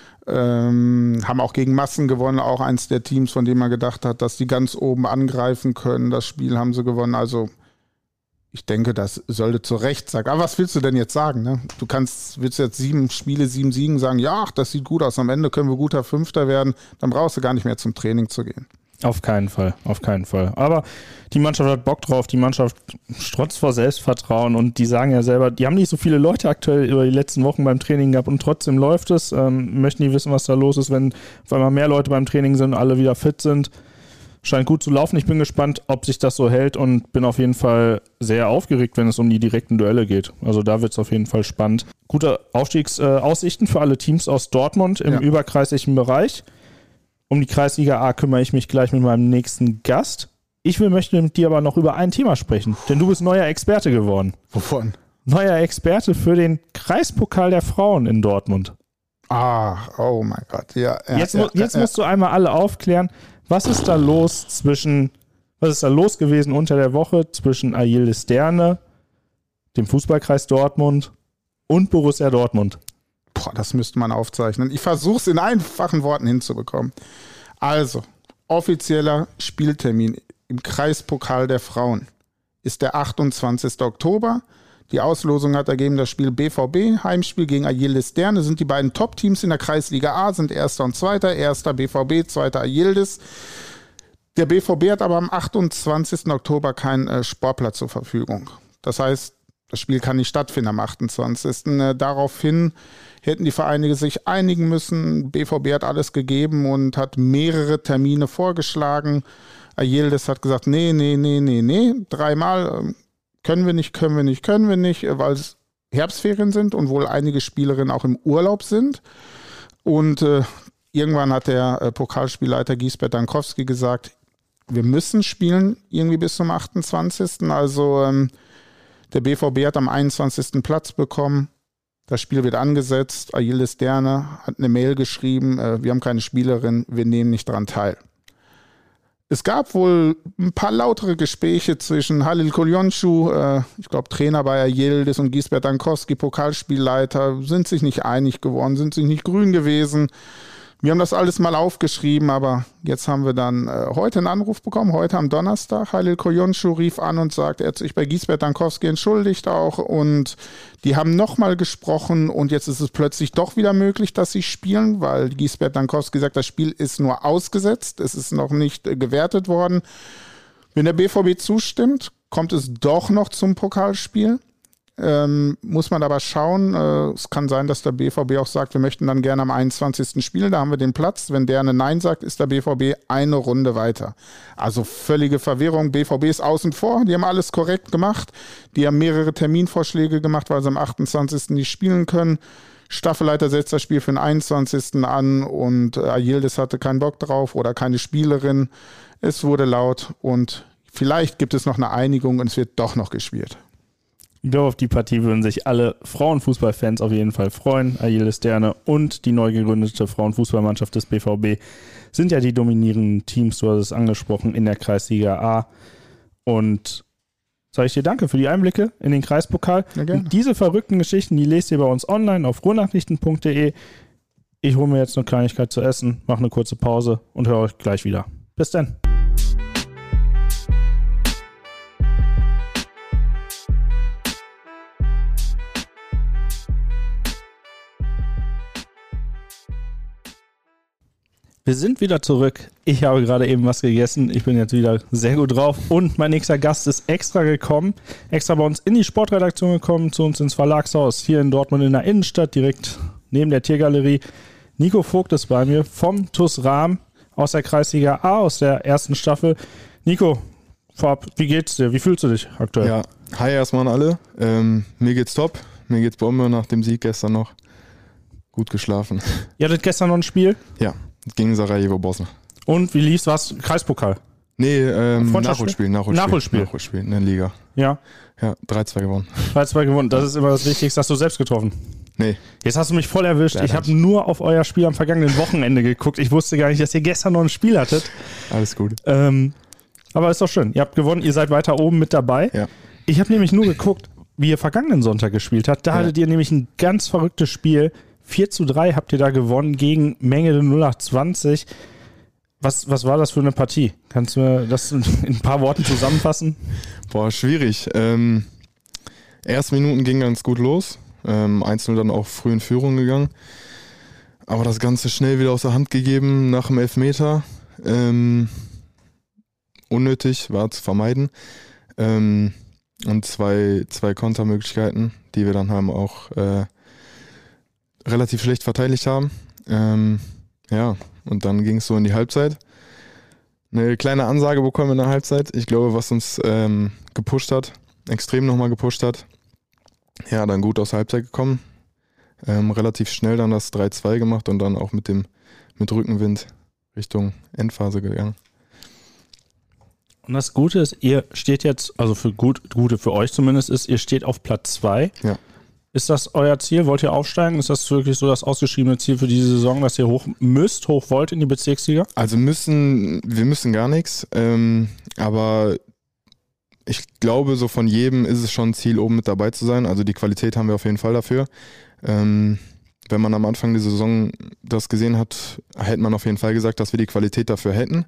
haben auch gegen Massen gewonnen, auch eins der Teams, von dem man gedacht hat, dass die ganz oben angreifen können. Das Spiel haben sie gewonnen, also ich denke, das sollte zu Recht sagen. Aber was willst du denn jetzt sagen? Ne? Willst du jetzt 7 Spiele, 7 Siegen sagen, ja, ach, das sieht gut aus, am Ende können wir guter Fünfter werden, dann brauchst du gar nicht mehr zum Training zu gehen. Auf keinen Fall. Aber die Mannschaft hat Bock drauf, die Mannschaft strotzt vor Selbstvertrauen und die sagen ja selber, die haben nicht so viele Leute aktuell über die letzten Wochen beim Training gehabt und trotzdem läuft es. Möchten die wissen, was da los ist, wenn auf einmal mehr Leute beim Training sind und alle wieder fit sind. Scheint gut zu laufen. Ich bin gespannt, ob sich das so hält und bin auf jeden Fall sehr aufgeregt, wenn es um die direkten Duelle geht. Also da wird es auf jeden Fall spannend. Gute Aufstiegsaussichten für alle Teams aus Dortmund im überkreislichen Bereich. Um die Kreisliga A kümmere ich mich gleich mit meinem nächsten Gast. Möchte mit dir aber noch über ein Thema sprechen, denn du bist neuer Experte geworden. Wovon? Neuer Experte für den Kreispokal der Frauen in Dortmund. Oh mein Gott. Jetzt musst du einmal alle aufklären, was ist da los gewesen unter der Woche zwischen Ailde Sterne, dem Fußballkreis Dortmund und Borussia Dortmund? Das müsste man aufzeichnen. Ich versuche es in einfachen Worten hinzubekommen. Also, offizieller Spieltermin im Kreispokal der Frauen ist der 28. Oktober. Die Auslosung hat ergeben, das Spiel BVB, Heimspiel gegen Ailde Sterne, sind die beiden Top-Teams in der Kreisliga A, sind Erster und Zweiter, Erster BVB, Zweiter Aildes. Der BVB hat aber am 28. Oktober keinen Sportplatz zur Verfügung. Das heißt, das Spiel kann nicht stattfinden am 28. Daraufhin hätten die Vereine sich einigen müssen. BVB hat alles gegeben und hat mehrere Termine vorgeschlagen. Aildes hat gesagt, nee. 3-mal können wir nicht, weil es Herbstferien sind und wohl einige Spielerinnen auch im Urlaub sind. Und irgendwann hat der Pokalspielleiter Giesbert Dankowski gesagt, wir müssen spielen irgendwie bis zum 28. Also der BVB hat am 21. Platz bekommen. Das Spiel wird angesetzt. Ailde Sterne hat eine Mail geschrieben, wir haben keine Spielerin, wir nehmen nicht daran teil. Es gab wohl ein paar lautere Gespräche zwischen Halil Kolyonschu, ich glaube Trainer bei Aildes, und Giesbert Dankowski, Pokalspielleiter, sind sich nicht einig geworden, sind sich nicht grün gewesen. Wir haben das alles mal aufgeschrieben, aber jetzt haben wir dann heute einen Anruf bekommen, heute am Donnerstag. Halil Kolyonschu rief an und sagt, er hat sich bei Giesbert Dankowski entschuldigt auch und die haben nochmal gesprochen und jetzt ist es plötzlich doch wieder möglich, dass sie spielen, weil Giesbert Dankowski sagt, das Spiel ist nur ausgesetzt, es ist noch nicht gewertet worden. Wenn der BVB zustimmt, kommt es doch noch zum Pokalspiel. Muss man aber schauen, es kann sein, dass der BVB auch sagt, wir möchten dann gerne am 21. spielen, da haben wir den Platz. Wenn der eine Nein sagt, ist der BVB eine Runde weiter. Also völlige Verwirrung, BVB ist außen vor, die haben alles korrekt gemacht, die haben mehrere Terminvorschläge gemacht, weil sie am 28. nicht spielen können. Staffelleiter setzt das Spiel für den 21. an und Aildes hatte keinen Bock drauf oder keine Spielerin. Es wurde laut und vielleicht gibt es noch eine Einigung und es wird doch noch gespielt. Ich glaube, auf die Partie würden sich alle Frauenfußballfans auf jeden Fall freuen. Ailde Sterne und die neu gegründete Frauenfußballmannschaft des BVB sind ja die dominierenden Teams, du hast es angesprochen, in der Kreisliga A. Und sage ich dir danke für die Einblicke in den Kreispokal. Und diese verrückten Geschichten, die lest ihr bei uns online auf ruhrnachrichten.de. Ich hole mir jetzt eine Kleinigkeit zu essen, mache eine kurze Pause und höre euch gleich wieder. Bis dann. Wir sind wieder zurück. Ich habe gerade eben was gegessen. Ich bin jetzt wieder sehr gut drauf. Und mein nächster Gast ist extra bei uns in die Sportredaktion gekommen, zu uns ins Verlagshaus hier in Dortmund in der Innenstadt, direkt neben der Tiergalerie. Nico Vogt ist bei mir vom TuS Rahm aus der Kreisliga A, aus der ersten Staffel. Nico, vorab, wie geht's dir? Wie fühlst du dich aktuell? Ja, hi erstmal an alle. Mir geht's top. Mir geht's Bombe nach dem Sieg gestern noch. Gut geschlafen. Ihr hattet gestern noch ein Spiel? Ja. Gegen Sarajevo Bosnien. Und wie lief's? Was? Kreispokal? Nee, Nachholspiel in der Liga. Ja. Ja, 3-2 gewonnen. 3-2 gewonnen, das ist immer das Wichtigste. Hast du selbst getroffen? Nee. Jetzt hast du mich voll erwischt. Ich habe nur auf euer Spiel am vergangenen Wochenende geguckt. Ich wusste gar nicht, dass ihr gestern noch ein Spiel hattet. Alles gut. Aber ist doch schön. Ihr habt gewonnen, ihr seid weiter oben mit dabei. Ja. Ich habe nämlich nur geguckt, wie ihr vergangenen Sonntag gespielt habt. Da hattet ihr nämlich ein ganz verrücktes Spiel. 4-3 habt ihr da gewonnen gegen Mengede 0820. Was war das für eine Partie? Kannst du mir das in ein paar Worten zusammenfassen? Boah, schwierig. Erste Minuten ging ganz gut los. 1-0 dann auch früh in Führung gegangen. Aber das Ganze schnell wieder aus der Hand gegeben nach dem Elfmeter. Unnötig, war zu vermeiden. Und zwei Kontermöglichkeiten, die wir dann haben auch relativ schlecht verteidigt haben. Und dann ging es so in die Halbzeit. Eine kleine Ansage bekommen in der Halbzeit. Ich glaube, was uns gepusht hat, extrem nochmal gepusht hat. Ja, dann gut aus der Halbzeit gekommen. Relativ schnell dann das 3-2 gemacht und dann auch mit Rückenwind Richtung Endphase gegangen. Und das Gute ist, ihr steht jetzt, also Gute für euch zumindest ist, ihr steht auf Platz 2. Ja. Ist das euer Ziel? Wollt ihr aufsteigen? Ist das wirklich so das ausgeschriebene Ziel für diese Saison, dass ihr hoch wollt in die Bezirksliga? Also wir müssen gar nichts, aber ich glaube, so von jedem ist es schon ein Ziel, oben mit dabei zu sein. Also die Qualität haben wir auf jeden Fall dafür. Wenn man am Anfang der Saison das gesehen hat, hätte man auf jeden Fall gesagt, dass wir die Qualität dafür hätten.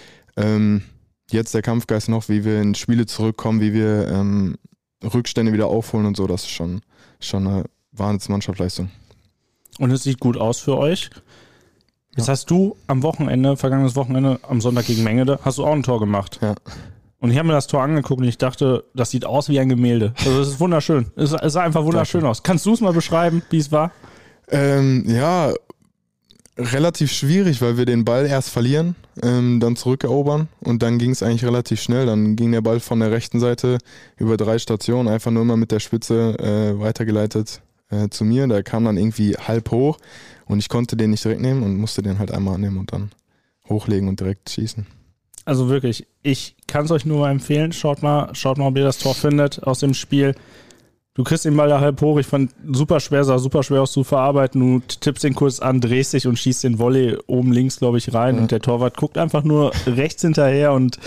Jetzt der Kampfgeist noch, wie wir in Spiele zurückkommen, wie wir Rückstände wieder aufholen und so, das ist schon eine Wahnsinnsmannschaftsleistung. Und es sieht gut aus für euch. Jetzt hast du vergangenes Wochenende, am Sonntag gegen Mengede, hast du auch ein Tor gemacht. Ja. Und ich habe mir das Tor angeguckt und ich dachte, das sieht aus wie ein Gemälde. Also es ist wunderschön. Es sah einfach wunderschön aus. Kannst du es mal beschreiben, wie es war? Ja, relativ schwierig, weil wir den Ball erst verlieren, dann zurückerobern und dann ging es eigentlich relativ schnell. Dann ging der Ball von der rechten Seite über 3 Stationen einfach nur immer mit der Spitze weitergeleitet zu mir. Der kam dann irgendwie halb hoch und ich konnte den nicht direkt nehmen und musste den halt einmal annehmen und dann hochlegen und direkt schießen. Also wirklich, ich kann es euch nur mal empfehlen. Schaut mal, ob ihr das Tor findet aus dem Spiel. Du kriegst den Ball da halb hoch. Ich fand sah super schwer aus zu verarbeiten. Du tippst den kurz an, drehst dich und schießt den Volley oben links, glaube ich, rein. Ja. Und der Torwart guckt einfach nur rechts hinterher und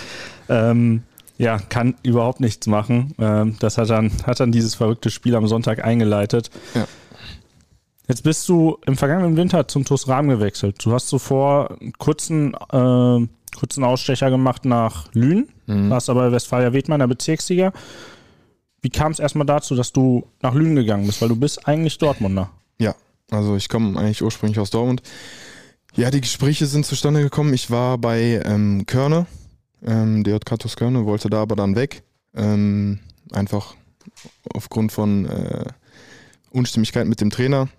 kann überhaupt nichts machen. Das hat dann dieses verrückte Spiel am Sonntag eingeleitet. Ja. Jetzt bist du im vergangenen Winter zum TuS Rahm gewechselt. Du hast zuvor einen kurzen Ausstecher gemacht nach Lünen. Warst aber bei Westfalia Wedmer in der Bezirksliga. Wie kam es erstmal dazu, dass du nach Lünen gegangen bist? Weil du bist eigentlich Dortmunder. Ja, also ich komme eigentlich ursprünglich aus Dortmund. Ja, die Gespräche sind zustande gekommen. Ich war bei Körne, DJK TuS Körne, wollte da aber dann weg. Einfach aufgrund von Unstimmigkeit mit dem Trainer.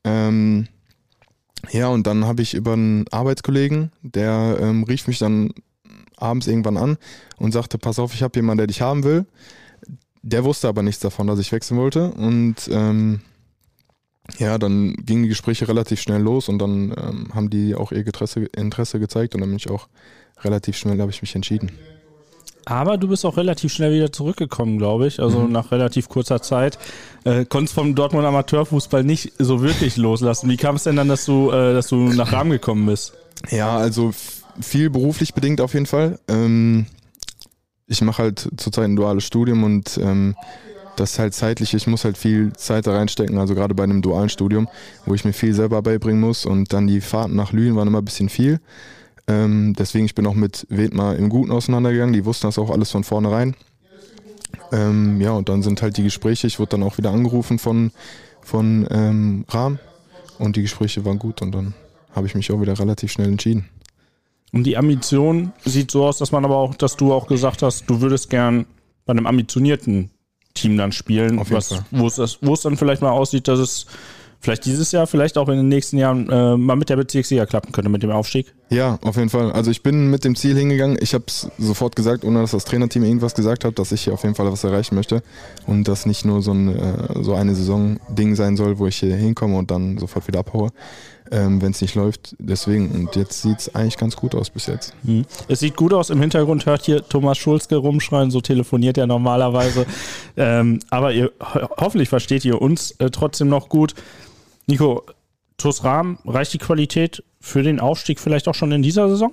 Und dann habe ich über einen Arbeitskollegen, der rief mich dann abends irgendwann an und sagte, pass auf, ich habe jemanden, der dich haben will. Der wusste aber nichts davon, dass ich wechseln wollte und dann gingen die Gespräche relativ schnell los und dann haben die auch ihr Interesse gezeigt und dann bin ich auch relativ schnell, habe ich mich entschieden. Aber du bist auch relativ schnell wieder zurückgekommen, glaube ich, also nach relativ kurzer Zeit. Konntest vom Dortmund Amateurfußball nicht so wirklich loslassen. Wie kam es denn dann, dass du nach Rahm gekommen bist? Ja, also viel beruflich bedingt auf jeden Fall. Ich mache halt zurzeit ein duales Studium und das ist halt zeitlich, ich muss halt viel Zeit da reinstecken, also gerade bei einem dualen Studium, wo ich mir viel selber beibringen muss und dann die Fahrten nach Lünen waren immer ein bisschen viel. Deswegen, ich bin auch mit Wedmer im Guten auseinandergegangen, die wussten das auch alles von vornherein. Und dann sind halt die Gespräche, ich wurde dann auch wieder angerufen von Rahm und die Gespräche waren gut und dann habe ich mich auch wieder relativ schnell entschieden. Und die Ambition sieht so aus, dass du auch gesagt hast, du würdest gern bei einem ambitionierten Team dann spielen, wo es dann vielleicht mal aussieht, dass es vielleicht dieses Jahr, vielleicht auch in den nächsten Jahren mal mit der Bezirksliga klappen könnte, mit dem Aufstieg? Ja, auf jeden Fall. Also ich bin mit dem Ziel hingegangen. Ich habe es sofort gesagt, ohne dass das Trainerteam irgendwas gesagt hat, dass ich hier auf jeden Fall was erreichen möchte und das nicht nur so eine Saison-Ding sein soll, wo ich hier hinkomme und dann sofort wieder abhaue. wenn es nicht läuft. Deswegen, und jetzt sieht es eigentlich ganz gut aus bis jetzt. Es sieht gut aus. Im Hintergrund hört hier Thomas Schulzke rumschreien, so telefoniert er normalerweise. Aber hoffentlich versteht ihr uns trotzdem noch gut. Nico, TuS Rahm, reicht die Qualität für den Aufstieg vielleicht auch schon in dieser Saison?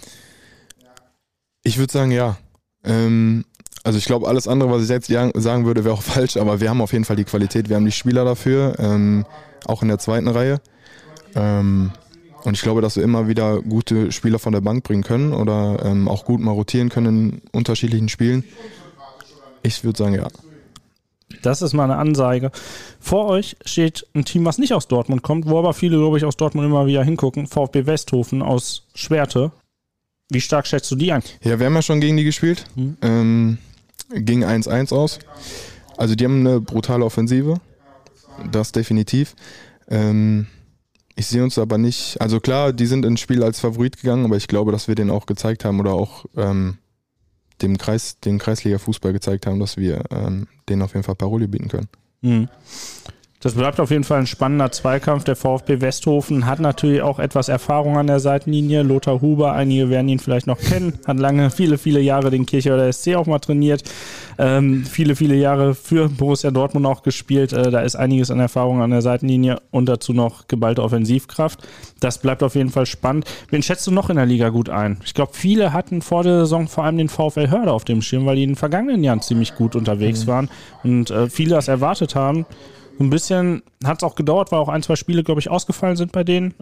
Ich würde sagen, ja. Also ich glaube, alles andere, was ich jetzt sagen würde, wäre auch falsch, aber wir haben auf jeden Fall die Qualität, wir haben die Spieler dafür, auch in der zweiten Reihe. Und ich glaube, dass wir immer wieder gute Spieler von der Bank bringen können oder auch gut mal rotieren können in unterschiedlichen Spielen. Ich würde sagen, ja. Das ist mal eine Ansage. Vor euch steht ein Team, was nicht aus Dortmund kommt, wo aber viele, glaube ich, aus Dortmund immer wieder hingucken. VfB Westhofen aus Schwerte. Wie stark schätzt du die ein? Ja, wir haben ja schon gegen die gespielt. Ging 1-1 aus. Also die haben eine brutale Offensive. Das definitiv. Ich sehe uns aber nicht, also klar, die sind ins Spiel als Favorit gegangen, aber ich glaube, dass wir denen auch gezeigt haben oder auch den Kreisliga-Fußball gezeigt haben, dass wir denen auf jeden Fall Paroli bieten können. Das bleibt auf jeden Fall ein spannender Zweikampf. Der VfB Westhofen hat natürlich auch etwas Erfahrung an der Seitenlinie. Lothar Huber, einige werden ihn vielleicht noch kennen, hat lange, viele Jahre den Kirchhörder SC auch mal trainiert. Viele Jahre für Borussia Dortmund auch gespielt. Da ist einiges an Erfahrung an der Seitenlinie und dazu noch geballte Offensivkraft. Das bleibt auf jeden Fall spannend. Wen schätzt du noch in der Liga gut ein? Ich glaube, viele hatten vor der Saison vor allem den VfL Hörde auf dem Schirm, weil die in den vergangenen Jahren ziemlich gut unterwegs waren und viele das erwartet haben. Ein bisschen hat es auch gedauert, weil auch 1, 2 Spiele, glaube ich, ausgefallen sind bei denen.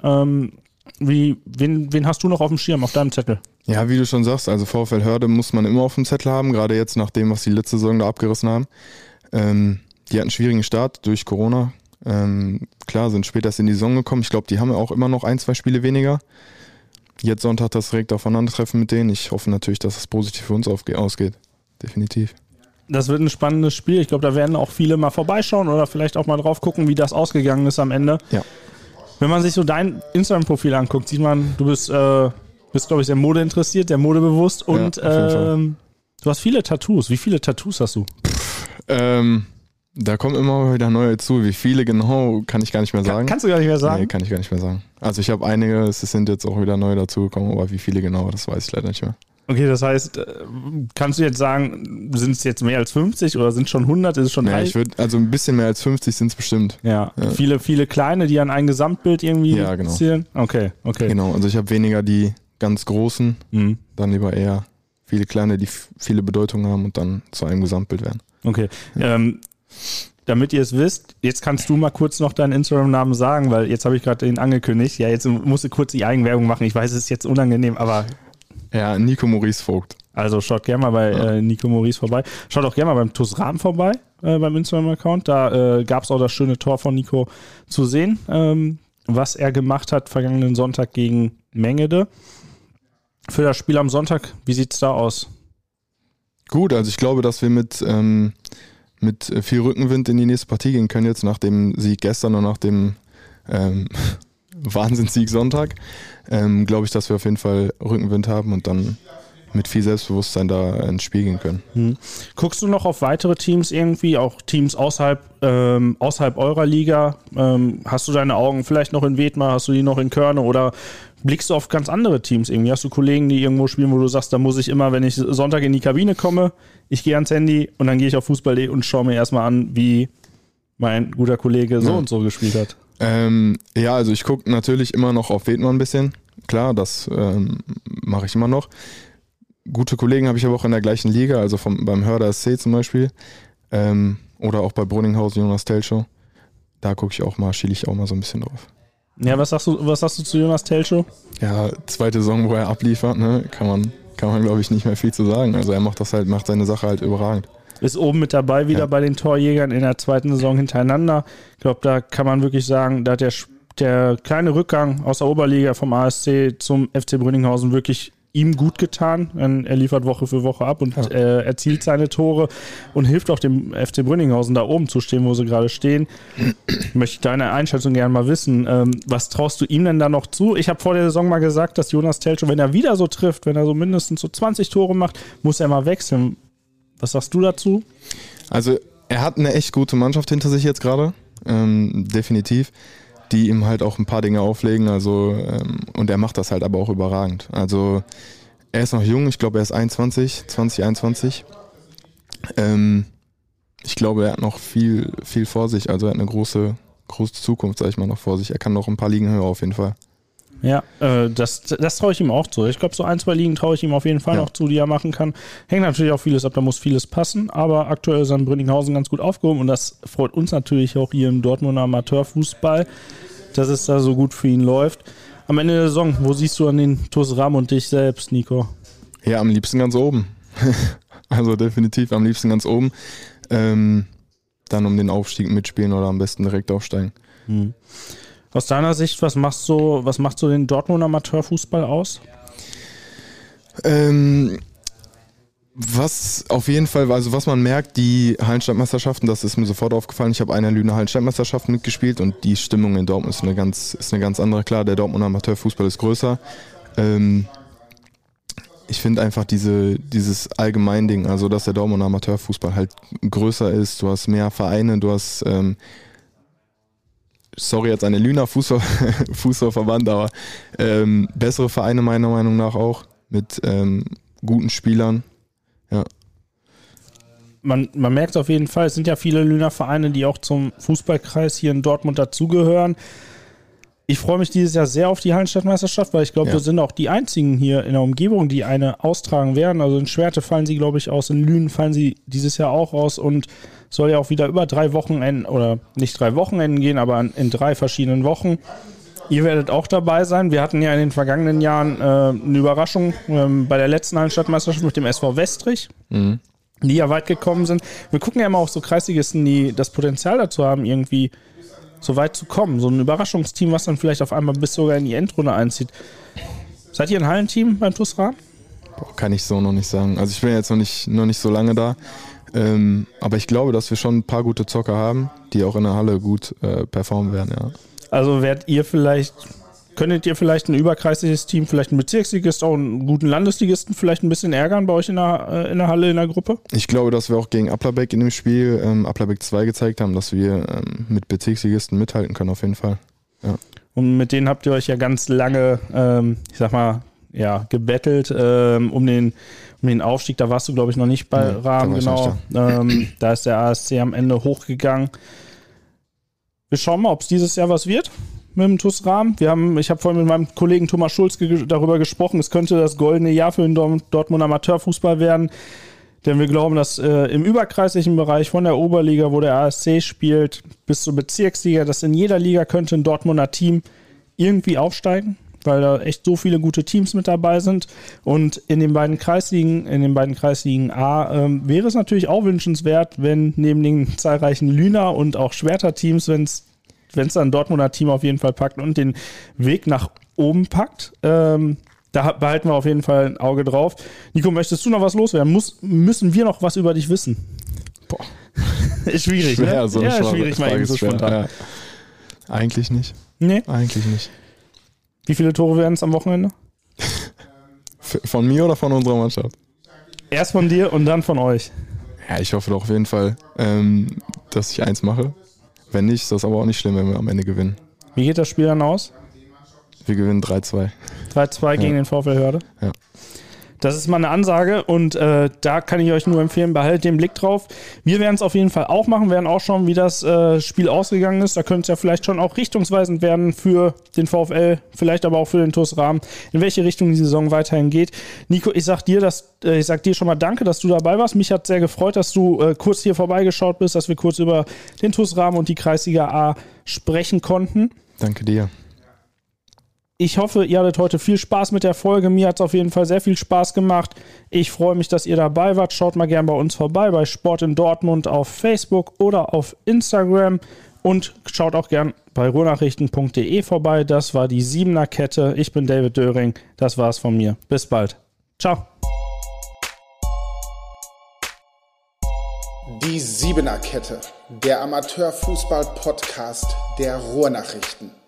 Wen hast du noch auf dem Schirm, auf deinem Zettel? Ja, wie du schon sagst, also VfL Hörde muss man immer auf dem Zettel haben, gerade jetzt nach dem, was die letzte Saison da abgerissen haben. Die hatten einen schwierigen Start durch Corona. Klar, sind später erst in die Saison gekommen. Ich glaube, die haben auch immer noch 1, 2 Spiele weniger. Jetzt Sonntag das direkt Aufeinandertreffen mit denen. Ich hoffe natürlich, dass es positiv für uns ausgeht. Definitiv. Das wird ein spannendes Spiel. Ich glaube, da werden auch viele mal vorbeischauen oder vielleicht auch mal drauf gucken, wie das ausgegangen ist am Ende. Ja. Wenn man sich so dein Instagram-Profil anguckt, sieht man, du bist glaube ich, sehr modeinteressiert, sehr modebewusst und du hast viele Tattoos. Wie viele Tattoos hast du? Da kommen immer wieder neue zu. Wie viele genau, kann ich gar nicht mehr sagen. Kannst du gar nicht mehr sagen? Nee, kann ich gar nicht mehr sagen. Also ich habe einige, es sind jetzt auch wieder neue dazugekommen, aber wie viele genau, das weiß ich leider nicht mehr. Okay, das heißt, kannst du jetzt sagen, sind es jetzt mehr als 50 oder sind es schon 100? Ist es schon also ein bisschen mehr als 50 sind es bestimmt. Ja. Viele kleine, die an ein Gesamtbild irgendwie zählen? Okay. Genau, also ich habe weniger die ganz großen, dann lieber eher viele kleine, die viele Bedeutungen haben und dann zu einem Gesamtbild werden. Okay. Ja. Damit ihr es wisst, jetzt kannst du mal kurz noch deinen Instagram-Namen sagen, weil jetzt habe ich gerade den angekündigt. Ja, jetzt musst du kurz die Eigenwerbung machen. Ich weiß, es ist jetzt unangenehm, aber... Ja, Nico Maurice Vogt. Also schaut gerne mal bei Nico Maurice vorbei. Schaut auch gerne mal beim TuS Rahm vorbei, beim Instagram-Account. Da gab es auch das schöne Tor von Nico zu sehen, was er gemacht hat vergangenen Sonntag gegen Mengede. Für das Spiel am Sonntag, wie sieht es da aus? Gut, also ich glaube, dass wir mit viel Rückenwind in die nächste Partie gehen können jetzt nach dem Sieg gestern und nach dem Wahnsinnssieg Sonntag. Glaube ich, dass wir auf jeden Fall Rückenwind haben und dann mit viel Selbstbewusstsein da ins Spiel gehen können. Guckst du noch auf weitere Teams irgendwie, auch Teams außerhalb eurer Liga? Hast du deine Augen vielleicht noch in Wedmar, hast du die noch in Körne oder blickst du auf ganz andere Teams irgendwie? Hast du Kollegen, die irgendwo spielen, wo du sagst, da muss ich immer, wenn ich Sonntag in die Kabine komme, ich gehe ans Handy und dann gehe ich auf Fußball.de und schaue mir erstmal an, wie mein guter Kollege so und so gespielt hat? Ja, also ich gucke natürlich immer noch auf Wedmar ein bisschen. Klar, das mache ich immer noch. Gute Kollegen habe ich aber auch in der gleichen Liga, also beim Hörder SC zum Beispiel. Oder auch bei Brunninghausen, Jonas Telschow. Da schiele ich auch mal so ein bisschen drauf. Ja, was sagst du zu Jonas Telschow? Ja, zweite Saison, wo er abliefert, ne, kann man glaube ich nicht mehr viel zu sagen. Also er macht seine Sache halt überragend. Ist oben mit dabei wieder bei den Torjägern in der zweiten Saison hintereinander. Ich glaube, da kann man wirklich sagen, da hat der kleine Rückgang aus der Oberliga vom ASC zum FC Brünninghausen wirklich ihm gut getan. Er liefert Woche für Woche ab und erzielt seine Tore und hilft auch dem FC Brünninghausen da oben zu stehen, wo sie gerade stehen. Möchte ich deine Einschätzung gerne mal wissen. Was traust du ihm denn da noch zu? Ich habe vor der Saison mal gesagt, dass Jonas Telschow, wenn er wieder so trifft, wenn er so mindestens so 20 Tore macht, muss er mal wechseln. Was sagst du dazu? Also er hat eine echt gute Mannschaft hinter sich jetzt gerade, definitiv. die ihm halt auch ein paar Dinge auflegen. Also, und er macht das halt aber auch überragend. Also er ist noch jung, ich glaube er ist 21. Ich glaube, er hat noch viel vor sich. Also er hat eine große Zukunft, sag ich mal, noch vor sich. Er kann noch ein paar Ligen höher auf jeden Fall. Ja, das traue ich ihm auch zu. Ich glaube, so 1, 2 Ligen traue ich ihm auf jeden Fall noch zu, die er machen kann. Hängt natürlich auch vieles ab, da muss vieles passen, aber aktuell ist er in Brünninghausen ganz gut aufgehoben und das freut uns natürlich auch hier im Dortmunder Amateurfußball, dass es da so gut für ihn läuft. Am Ende der Saison, wo siehst du an den TuS Ram und dich selbst, Nico? Ja, am liebsten ganz oben. Also definitiv am liebsten ganz oben. Dann um den Aufstieg mitspielen oder am besten direkt aufsteigen. Aus deiner Sicht, was macht so den Dortmunder Amateurfußball aus? Was auf jeden Fall, also was man merkt, die Hallenstadtmeisterschaften, das ist mir sofort aufgefallen. Ich habe eine Lüner Hallenstadtmeisterschaft mitgespielt und die Stimmung in Dortmund ist eine ganz andere. Klar, der Dortmunder Amateurfußball ist größer. Ich finde einfach dieses Allgemeinding, also dass der Dortmunder Amateurfußball halt größer ist. Du hast mehr Vereine, du hast sorry jetzt eine Lüner Fußballverband, aber bessere Vereine meiner Meinung nach auch mit guten Spielern. Ja. Man merkt auf jeden Fall, es sind ja viele Lüner Vereine, die auch zum Fußballkreis hier in Dortmund dazugehören. Ich freue mich dieses Jahr sehr auf die Hallenstadtmeisterschaft, weil ich glaube, wir sind auch die einzigen hier in der Umgebung, die eine austragen werden. Also in Schwerte fallen sie, glaube ich, aus, in Lünen fallen sie dieses Jahr auch aus und soll ja auch wieder über 3 Wochenenden, oder nicht 3 Wochenenden gehen, aber in 3 verschiedenen Wochen. Ihr werdet auch dabei sein. Wir hatten ja in den vergangenen Jahren eine Überraschung bei der letzten Hallenstadtmeisterschaft mit dem SV Westrich, die ja weit gekommen sind. Wir gucken ja immer auf so Kreisligisten, die das Potenzial dazu haben, irgendwie so weit zu kommen. So ein Überraschungsteam, was dann vielleicht auf einmal bis sogar in die Endrunde einzieht. Seid ihr ein Hallenteam beim TuS Ram? Kann ich so noch nicht sagen. Also ich bin jetzt noch nicht so lange da. Aber ich glaube, dass wir schon ein paar gute Zocker haben, die auch in der Halle gut performen werden, ja. Also könntet ihr vielleicht ein überkreisliches Team, vielleicht einen Bezirksligist, auch einen guten Landesligisten vielleicht ein bisschen ärgern bei euch in der Halle, in der Gruppe? Ich glaube, dass wir auch gegen Applerbeck in dem Spiel, Applerbeck 2 gezeigt haben, dass wir mit Bezirksligisten mithalten können, auf jeden Fall. Ja. Und mit denen habt ihr euch ja ganz lange, gebettelt um den Aufstieg. Da warst du, glaube ich, noch nicht bei Ram, genau. Da ist der ASC am Ende hochgegangen. Wir schauen mal, ob es dieses Jahr was wird mit dem TuS Ram. Ich habe vorhin mit meinem Kollegen Thomas Schulz darüber gesprochen, es könnte das goldene Jahr für den Dortmunder Amateurfußball werden, denn wir glauben, dass im überkreislichen Bereich von der Oberliga, wo der ASC spielt, bis zur Bezirksliga, dass in jeder Liga könnte ein Dortmunder Team irgendwie aufsteigen, weil da echt so viele gute Teams mit dabei sind. Und in den beiden Kreisligen A wäre es natürlich auch wünschenswert, wenn neben den zahlreichen Lüner und auch Schwerter-Teams, wenn es dann ein Dortmunder Team auf jeden Fall packt und den Weg nach oben packt, da behalten wir auf jeden Fall ein Auge drauf. Nico, möchtest du noch was loswerden? Müssen wir noch was über dich wissen? Boah. Ist schwierig, schwer, ne? So ja, schwierig, mal eben so spontan. Ja. Eigentlich nicht. Nee? Eigentlich nicht. Wie viele Tore werden es am Wochenende? Von mir oder von unserer Mannschaft? Erst von dir und dann von euch. Ja, ich hoffe doch auf jeden Fall, dass ich 1 mache. Wenn nicht, ist das aber auch nicht schlimm, wenn wir am Ende gewinnen. Wie geht das Spiel dann aus? Wir gewinnen 3-2. 3-2 gegen den VfL Hörde? Ja. Das ist mal eine Ansage und da kann ich euch nur empfehlen, behaltet den Blick drauf. Wir werden es auf jeden Fall auch machen, werden auch schauen, wie das Spiel ausgegangen ist. Da könnte es ja vielleicht schon auch richtungsweisend werden für den VfL, vielleicht aber auch für den TuS Ram, in welche Richtung die Saison weiterhin geht. Nico, ich sag dir schon mal danke, dass du dabei warst. Mich hat sehr gefreut, dass du kurz hier vorbeigeschaut bist, dass wir kurz über den TuS Ram und die Kreisliga A sprechen konnten. Danke dir. Ich hoffe, ihr hattet heute viel Spaß mit der Folge. Mir hat es auf jeden Fall sehr viel Spaß gemacht. Ich freue mich, dass ihr dabei wart. Schaut mal gern bei uns vorbei, bei Sport in Dortmund auf Facebook oder auf Instagram. Und schaut auch gern bei ruhrnachrichten.de vorbei. Das war die 7er Kette. Ich bin David Döring. Das war's von mir. Bis bald. Ciao. Die 7er Kette, der Amateurfußball-Podcast der Ruhrnachrichten.